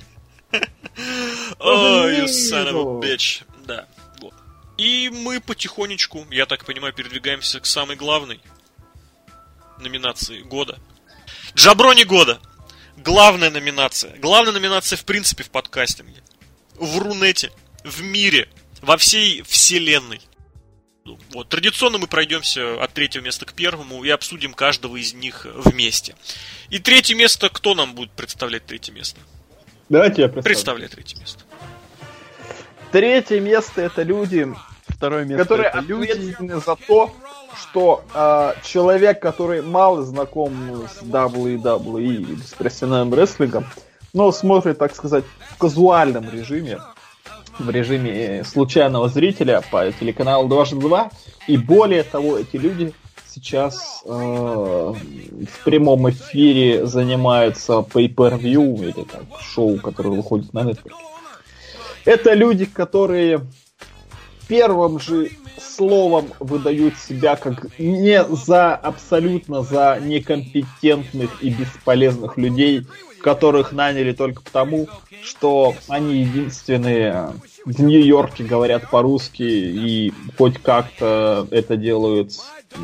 Oh, you son of a bitch. Да, вот. И мы потихонечку, я так понимаю, передвигаемся к самой главной номинации года. Джаброни года. Главная номинация. Главная номинация, в принципе, в подкастинге. В Рунете. В мире. Во всей вселенной. Вот. Традиционно мы пройдемся от третьего места к первому и обсудим каждого из них вместе. И третье место, кто нам будет представлять третье место? Давайте я представляю третье место. Третье место — это люди, второе место, которые это ответственны за то, что человек, который мало знаком с WWE или с профессиональным рестлингом, но смотрит, так сказать, в казуальном режиме, в режиме случайного зрителя по телеканалу Дважды Два, и более того, эти люди сейчас в прямом эфире занимаются pay-per-view, или так, шоу, которое выходит на Netflix. Это люди, которые первым же словом выдают себя как абсолютно за некомпетентных и бесполезных людей, которых наняли только потому, что они единственные в Нью-Йорке говорят по-русски и хоть как-то это делают.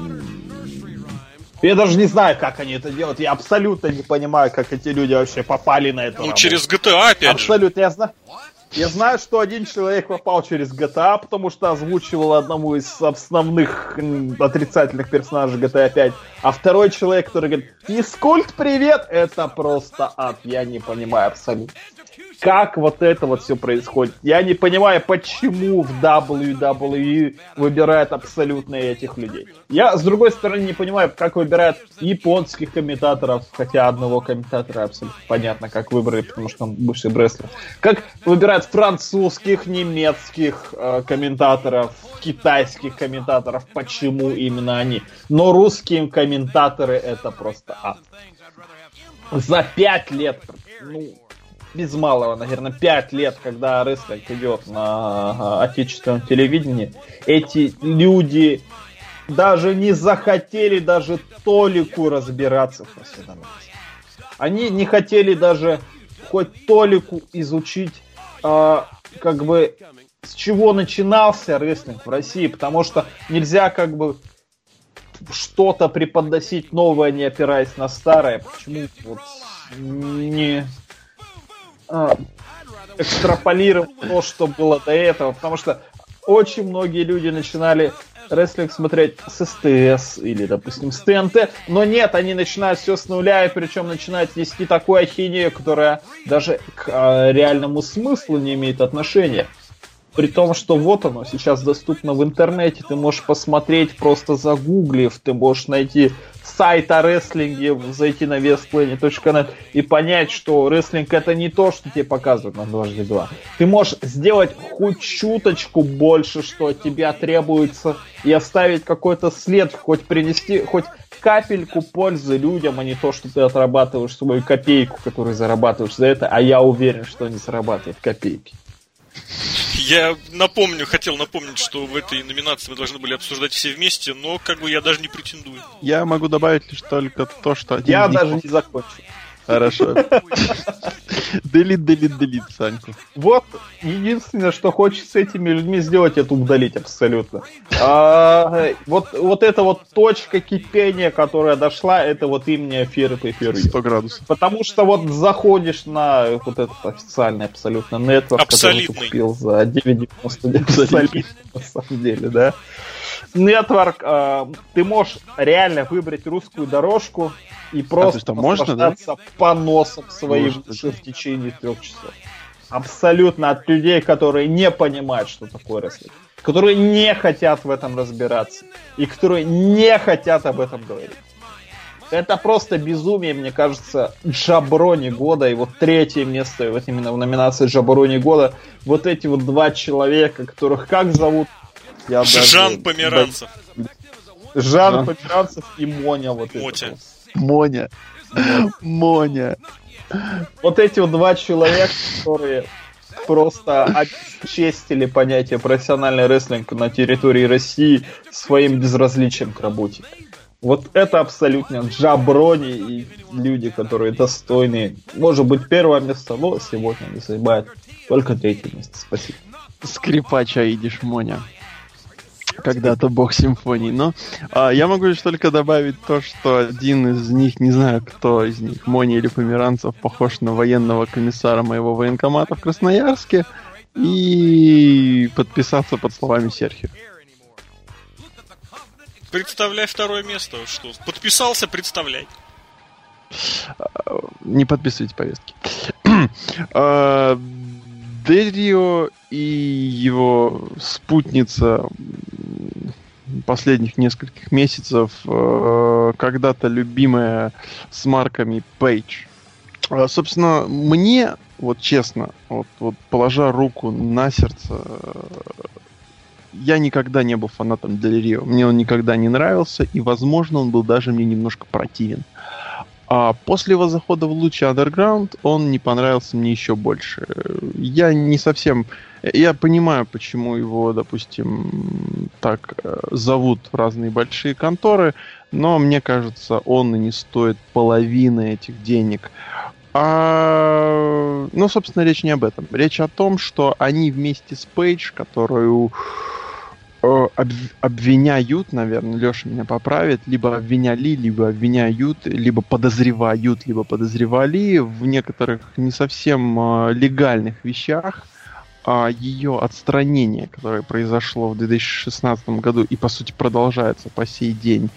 Я даже не знаю, как они это делают. Я абсолютно не понимаю, как эти люди вообще попали на это. Ну, через GTA, опять абсолютно. Я знаю, что один человек попал через GTA, потому что озвучивал одному из основных отрицательных персонажей GTA 5. А второй человек, который говорит: «Физкульт, привет!» Это просто ад. Я не понимаю абсолютно. Как вот это вот все происходит? Я не понимаю, почему в WWE выбирают абсолютно этих людей. Я, с другой стороны, не понимаю, как выбирают японских комментаторов, хотя одного комментатора абсолютно понятно, как выбрали, потому что он бывший рестлер. Как выбирают французских, немецких комментаторов, китайских комментаторов, почему именно они. Но русские комментаторы — это просто ад. За 5 лет, без малого, наверное, 5 лет, когда рестлинг идет на отечественном телевидении, эти люди даже не захотели даже толику разбираться в профессиональном рестлинге. Они не хотели даже хоть толику изучить, как бы, с чего начинался рестлинг в России, потому что нельзя как бы что-то преподносить новое, не опираясь на старое. Почему вот не экстраполировать то, что было до этого, потому что очень многие люди начинали рестлинг смотреть с СТС или, допустим, с ТНТ, но нет, они начинают все с нуля, и причем начинают нести такую ахинею, которая даже к реальному смыслу не имеет отношения. При том, что вот оно сейчас доступно в интернете, ты можешь посмотреть, просто загуглив, ты можешь найти сайт о рестлинге, зайти на wrestling.net и понять, что рестлинг — это не то, что тебе показывают на Дважды Два. Ты можешь сделать хоть чуточку больше, что от тебя требуется, и оставить какой-то след, хоть принести хоть капельку пользы людям, а не то, что ты отрабатываешь свою копейку, которую зарабатываешь за это, а я уверен, что они зарабатывают копейки. Я хотел напомнить, что в этой номинации мы должны были обсуждать все вместе, но как бы я даже не претендую. Я могу добавить лишь только то, что... Я даже не закончил. Хорошо. Делит, Саньку. Вот единственное, что хочется с этими людьми сделать, это удалить абсолютно. Вот эта вот точка кипения, которая дошла, это вот именно эфир по эфиру. 100 градусов. Потому что вот заходишь на вот этот официальный абсолютно нетворк, который ты купил за 9,99 на самом деле, да. Network, ты можешь реально выбрать русскую дорожку и просто наслаждаться поносом своим в течение 3 часов. Абсолютно от людей, которые не понимают, что такое рестлинг, которые не хотят в этом разбираться и которые не хотят об этом говорить. Это просто безумие, мне кажется, Джаброни года. И вот 3-е место вот именно в номинации Джаброни года. Вот эти вот 2 человека, которых как зовут? Жан Померанцев. Жан Померанцев и Моня. Вот Моня. Вот эти вот 2 человека, которые просто обесчестили понятие профессиональный рестлинг на территории России своим безразличием к работе. Вот это абсолютно Джаброни и люди, которые достойны, может быть, 1-е место, но сегодня не занимают только 3-е место. Спасибо. Скрипач Аидиш Моня. Когда-то бог симфоний. Но я могу лишь только добавить то, что один из них, не знаю, кто из них, Моня или Померанцев, похож на военного комиссара моего военкомата в Красноярске, и подписаться под словами Серхио. Представляй 2-е место. Что? Подписался, представляй. Не подписывайте повестки. Дель и его спутница последних нескольких месяцев, когда-то любимая с марками Пейдж. Собственно, мне, вот честно, вот положа руку на сердце, я никогда не был фанатом Дель Рио. Мне он никогда не нравился, и, возможно, он был даже мне немножко противен. А после его захода в лучший андерграунд он не понравился мне еще больше. Я не совсем... Я понимаю, почему его, допустим, так зовут в разные большие конторы, но мне кажется, он и не стоит половины этих денег. Ну, собственно, речь не об этом. Речь о том, что они вместе с Пейдж, которую обвиняют, наверное, Леша меня поправит, либо обвиняли, либо обвиняют, либо подозревают, либо подозревали в некоторых не совсем легальных вещах. Ее отстранение, которое произошло в 2016 году и, по сути, продолжается по сей день,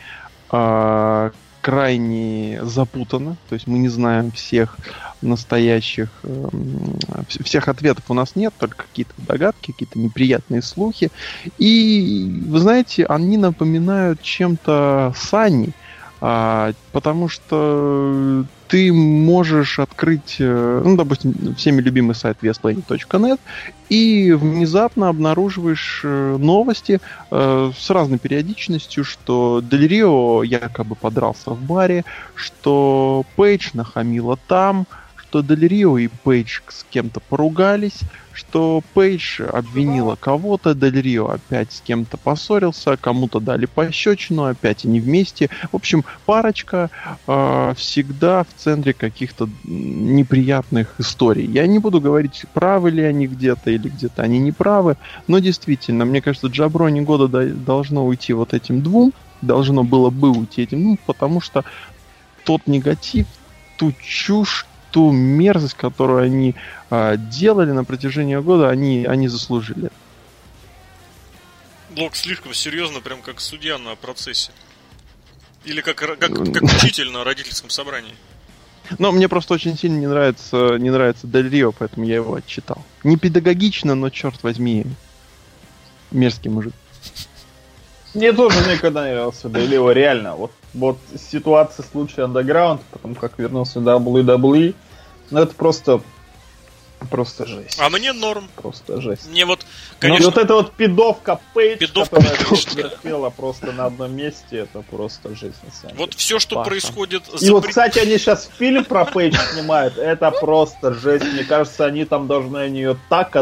крайне запутано. То есть мы не знаем всех настоящих... Всех ответов у нас нет, только какие-то догадки, какие-то неприятные слухи. И, вы знаете, они напоминают чем-то Санни, потому что ты можешь открыть, ну, допустим, всеми любимый сайт wrestling.net и внезапно обнаруживаешь новости с разной периодичностью, что Дель Рио якобы подрался в баре, что Пейдж нахамила там, что Дель Рио и Пейдж с кем-то поругались, что Пейдж обвинила кого-то, Дель Рио опять с кем-то поссорился, кому-то дали пощечину, опять они вместе. В общем, парочка всегда в центре каких-то неприятных историй. Я не буду говорить, правы ли они где-то или где-то они не правы, но действительно, мне кажется, Джаброни года должно уйти вот этим 2, должно было бы уйти этим 2, потому что тот негатив, ту чушь, ту мерзость, которую они делали на протяжении года, они заслужили. Блок слишком серьезно, прям как судья на процессе. Или как учитель на родительском собрании. Но мне просто очень сильно не нравится Дель Рио, поэтому я его отчитал. Не педагогично, но, черт возьми, мерзкий мужик. Мне тоже никогда не нравился Дель Рио, реально. Вот ситуация с лучшей андеграунд, потом как вернулся в WWE, ну это просто жесть. А мне норм. Просто жесть. Мне вот, конечно... вот эта вот пидовка Пейдж, которая терпела просто на одном месте, это просто жесть, на самом деле. Вот все, что происходит... И вот, кстати, они сейчас фильм про Пейдж снимают, это просто жесть. Мне кажется, они там должны на нее так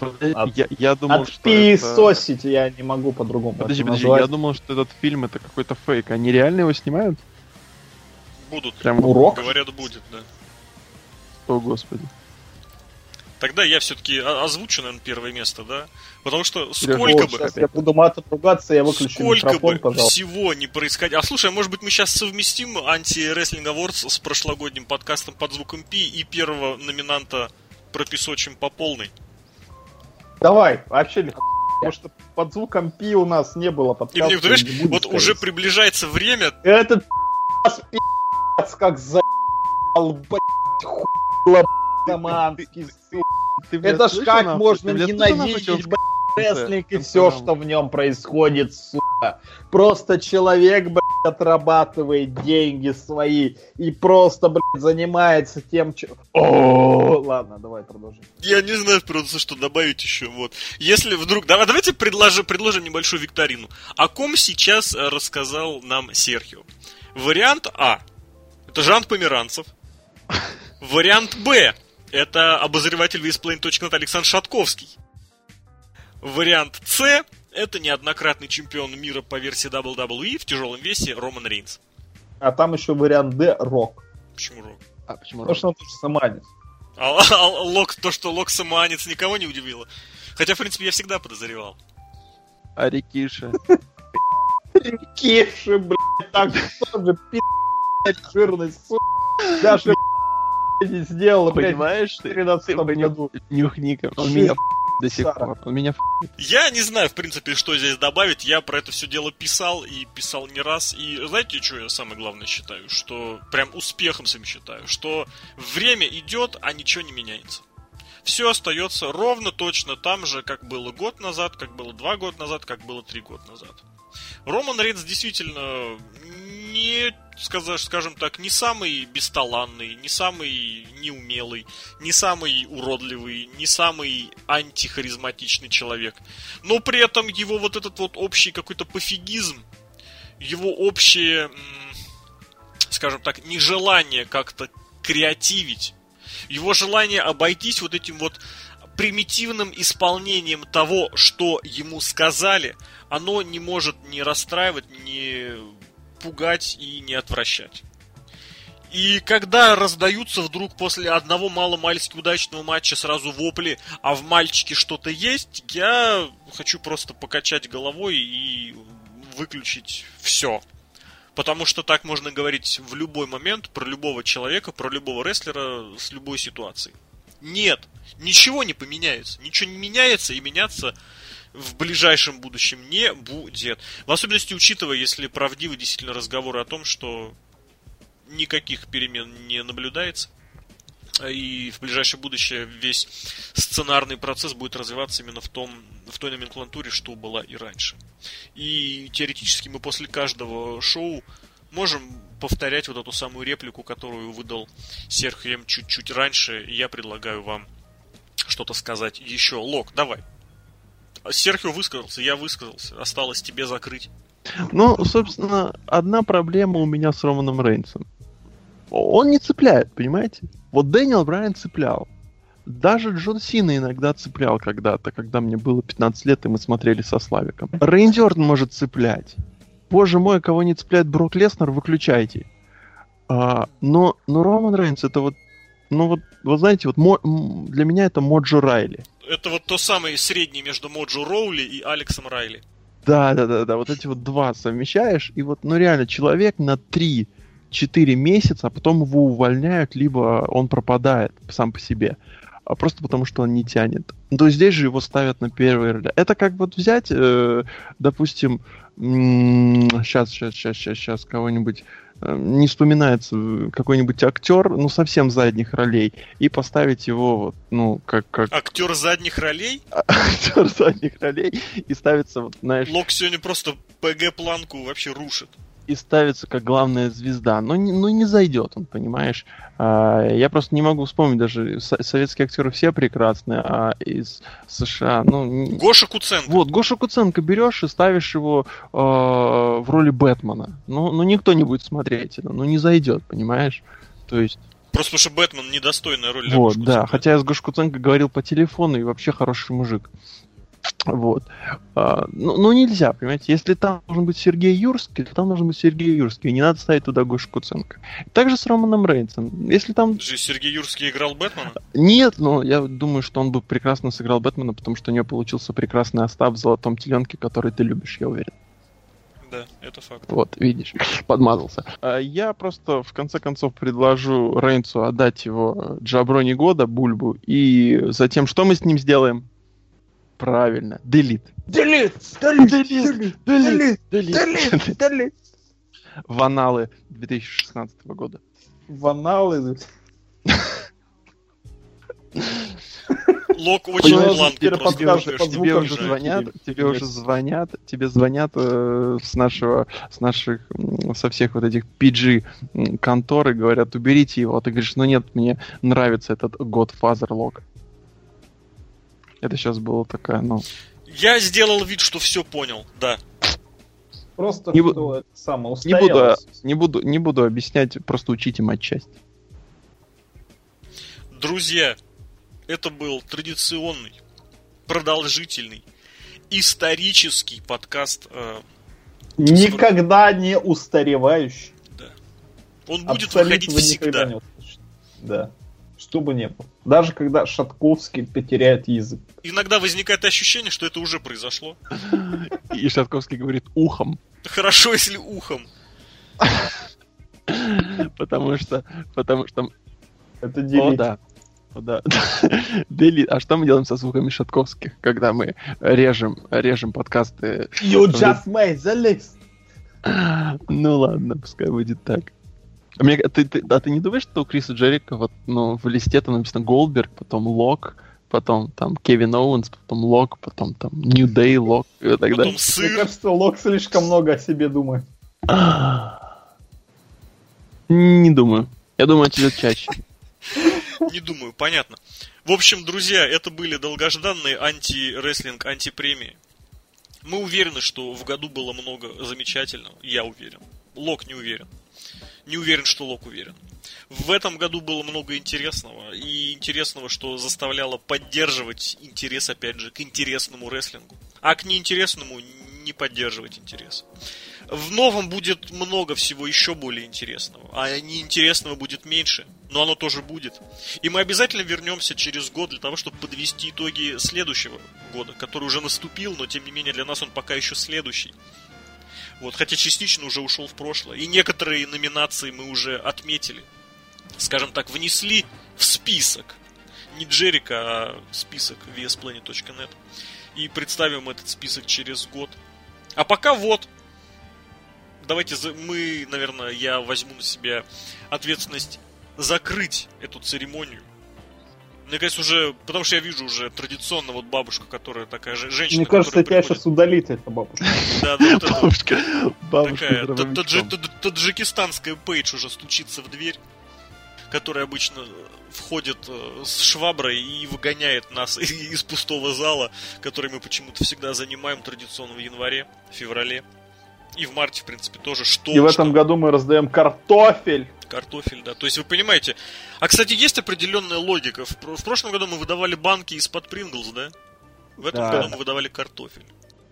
отписосить, я не могу по-другому подожди, я думал, что этот фильм это какой-то фейк. Они реально его снимают? Будут. Прям урок? Говорят, будет, да. О, господи. Тогда я все-таки озвучу, наверное, 1-е место, да? Потому что сколько бы... Сейчас я буду матом ругаться, я выключу сколько микрофон, бы пожалуйста. всего не происходило... А слушай, может быть, мы сейчас совместим анти-рестлинг Awards с прошлогодним подкастом «Под звуком Пи» и первого номинанта пропесочим по полной? Давай, вообще легко. потому что под звуком пи у нас не было подкаста. И мне, понимаешь, вот уже приближается время... Этот пи***ц как за***л, блядь, хуйло, Саманский, сука. Это ж как можно ненавидеть, блядь, рестлинг и все, что в нем происходит, сука. Просто человек, блядь, отрабатывает деньги свои и просто, блядь, занимается тем, что... Ладно, давай продолжим. Я не знаю просто, что добавить еще. Вот. Если вдруг... Давайте предложим небольшую викторину. О ком сейчас рассказал нам Серхио? Вариант А. Это Жан Померанцев. Вариант Б. Это обозреватель VSPlanet.net Александр Шатковский. Вариант С. Это неоднократный чемпион мира по версии WWE в тяжелом весе Роман Рейнс. А там еще вариант Д. Рок. Почему Рок? Почему Потому что он тоже самоанец. То, что Лок самоанец, никого не удивило. Хотя, в принципе, я всегда подозревал. А Рикиша? Рикиша, блядь, так тоже пи***ь жирный, сука. Даже не сделала, блядь, понимаешь, в 13 году. Нюхника. Он меня до сих пор. Он меня Я не знаю, в принципе, что здесь добавить. Я про это все дело писал, и писал не раз. И знаете, что я самое главное считаю? Что прям успехом своим считаю. Что время идет, а ничего не меняется. Все остается ровно точно там же, как было год назад, как было 2 года назад, как было 3 года назад. Роман Рейнс действительно не, скажем так, не самый бесталанный, не самый неумелый, не самый уродливый, не самый антихаризматичный человек. Но при этом его вот этот вот общий какой-то пофигизм, его общее, скажем так, нежелание как-то креативить, его желание обойтись вот этим вот примитивным исполнением того, что ему сказали, оно не может не расстраивать, не пугать и не отвращать. И когда раздаются вдруг после одного маломальски удачного матча сразу вопли, а в мальчике что-то есть, я хочу просто покачать головой и выключить все. Потому что так можно говорить в любой момент про любого человека, про любого рестлера с любой ситуацией. Нет, ничего не поменяется. Ничего не меняется и меняться в ближайшем будущем не будет. В особенности учитывая, если правдивы действительно разговоры о том, что никаких перемен не наблюдается. И в ближайшее будущее весь сценарный процесс будет развиваться именно в той номенклатуре, что была и раньше. И теоретически мы после каждого шоу можем повторять вот эту самую реплику, которую выдал Серхио чуть-чуть раньше. И я предлагаю вам что-то сказать еще. Лок, давай. Серхио высказался, я высказался. Осталось тебе закрыть. Ну, собственно, одна проблема у меня с Романом Рейнсом. Он не цепляет, понимаете? Вот Дэниел Брайан цеплял. Даже Джон Сина иногда цеплял когда-то, когда мне было 15 лет, и мы смотрели со Славиком. Рэнди Ортон может цеплять. Боже мой, кого не цепляет Брок Леснер, выключайте. Но Роман Рейнс это вот, ну вот знаете, вот для меня это Моджо Райли. Это вот то самое среднее между Моджо Роули и Алексом Райли. Да, вот эти вот два совмещаешь, и вот, ну реально, человек на 3-4 месяца, а потом его увольняют, либо он пропадает сам по себе. Просто потому, что он не тянет. То есть здесь же его ставят на первые роли. Это как вот взять, допустим, сейчас кого-нибудь, не вспоминается какой-нибудь актер, ну, совсем задних ролей, и поставить его, вот, ну, как... Актер задних ролей? Актер задних ролей, и ставится, вот, знаешь... Лок сегодня просто ПГ-планку вообще рушит. И ставится как главная звезда. Но не зайдет он, понимаешь? Я просто не могу вспомнить, даже советские актеры все прекрасные, а из США, ну... Гоша Куценко. Вот, Гоша Куценко берешь и ставишь его в роли Бэтмена. Ну, никто не будет смотреть это, ну, не зайдет, понимаешь? То есть... Просто потому что Бэтмен недостойная роль для вот, Гоши Куценко. Да, хотя я с Гошей Куценко говорил по телефону, и вообще хороший мужик. Вот. Ну, нельзя, понимаете, если там должен быть Сергей Юрский, то там должен быть Сергей Юрский, и не надо ставить туда Гошу Куценко. Также с Романом Рейнсом. Если там... Сергей Юрский играл Бэтмена? Нет, но я думаю, что он бы прекрасно сыграл Бэтмена, потому что у него получился прекрасный Остап в «Золотом теленке», который ты любишь, я уверен. Да, это факт. Вот, видишь, подмазался. Я просто, в конце концов, предложу Рейнсу отдать его Джаброни года, Бульбу, и затем что мы с ним сделаем? Правильно. Delete. В аналы 2016 года. В аналы. Лок очень бланкий просто. Тебе звонят со всех вот этих PG контор и говорят, уберите его. А ты говоришь, ну нет, мне нравится этот Godfather лог. Это сейчас было такая, ну... Я сделал вид, что все понял, да. Просто Не что это самое устарелось. Не буду объяснять, просто учите матчасть. Друзья, это был традиционный, продолжительный, исторический подкаст. Никогда не устаревающий. Да. Он будет выходить всегда. Да. Что бы ни было. Даже когда Шатковский потеряет язык. Иногда возникает ощущение, что это уже произошло. И Шатковский говорит ухом. Хорошо, если ухом. Потому что... Это делить. О, да. Делит. А что мы делаем со звуками Шатковских, когда мы режем подкасты? You just made the list. Ну ладно, пускай будет так. Ты не думаешь, что у Криса Джерика вот, ну, в листе там написано Голдберг, потом Лок, потом там Кевин Оуэнс, потом Лок, потом там New Day, Лок и так далее. Потом сыр. Мне кажется, Лок слишком много о себе думает. Не думаю. Я думаю, он идет чаще. Не думаю, понятно. В общем, друзья, это были долгожданные анти-рестлинг, антипремии. Мы уверены, что в году было много замечательного. Я уверен. Лок не уверен. Не уверен, что Лок уверен. В этом году было много интересного. И интересного, что заставляло поддерживать интерес, опять же, к интересному рестлингу. А к неинтересному не поддерживать интерес. В новом будет много всего еще более интересного. А неинтересного будет меньше. Но оно тоже будет. И мы обязательно вернемся через год для того, чтобы подвести итоги следующего года, который уже наступил, но тем не менее для нас он пока еще следующий. Вот, хотя частично уже ушел в прошлое. И некоторые номинации мы уже отметили. Скажем так, внесли в список. Не Джерика, а список VSPlanet.net. И представим этот список через год. А пока вот. Давайте я возьму на себя ответственность закрыть эту церемонию. Мне кажется, уже, потому что я вижу уже традиционно вот бабушку, которая такая же женщина. Мне кажется, тебя сейчас удалит эта бабушка. Да, вот бабушка. Такая таджикистанская пейдж уже стучится в дверь, которая обычно входит с шваброй и выгоняет нас из пустого зала, который мы почему-то всегда занимаем традиционно в январе, феврале. И в марте, в принципе, тоже. И в этом году мы раздаем картофель. Картофель, да. То есть вы понимаете. А, кстати, есть определенная логика. В прошлом году мы выдавали банки из-под Принглс, да? В этом году мы выдавали картофель.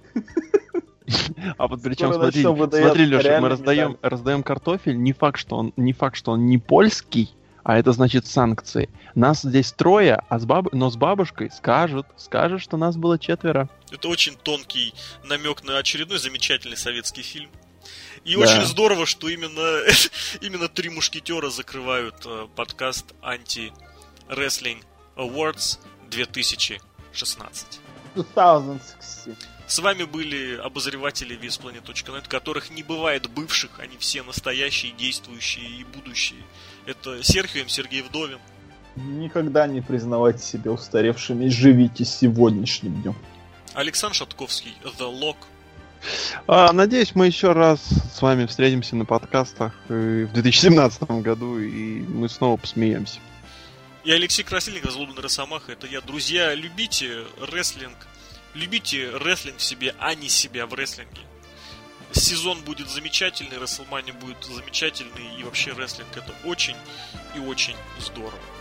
А вот причем смотри, Леша, мы раздаем картофель. Не факт, что он не польский, а это значит санкции. Нас здесь трое, но с бабушкой скажут, что нас было 4. Это очень тонкий намек на очередной замечательный советский фильм. И очень здорово, что именно 3 мушкетера закрывают подкаст Anti-Wrestling Awards 2016. С вами были обозреватели VSPlanet.net, которых не бывает бывших, они все настоящие, действующие и будущие. Это Серхио Сергей Вдовин. Никогда не признавайте себя устаревшими, живите сегодняшним днем. Александр Шатковский, The Lock. Надеюсь, мы еще раз с вами встретимся на подкастах в 2017 году, и мы снова посмеемся. И Алексей Красильников, Злобный Росомаха, это я. Друзья, любите рестлинг в себе, а не себя в рестлинге. Сезон будет замечательный, Рестлмания будет замечательный, и вообще рестлинг это очень и очень здорово.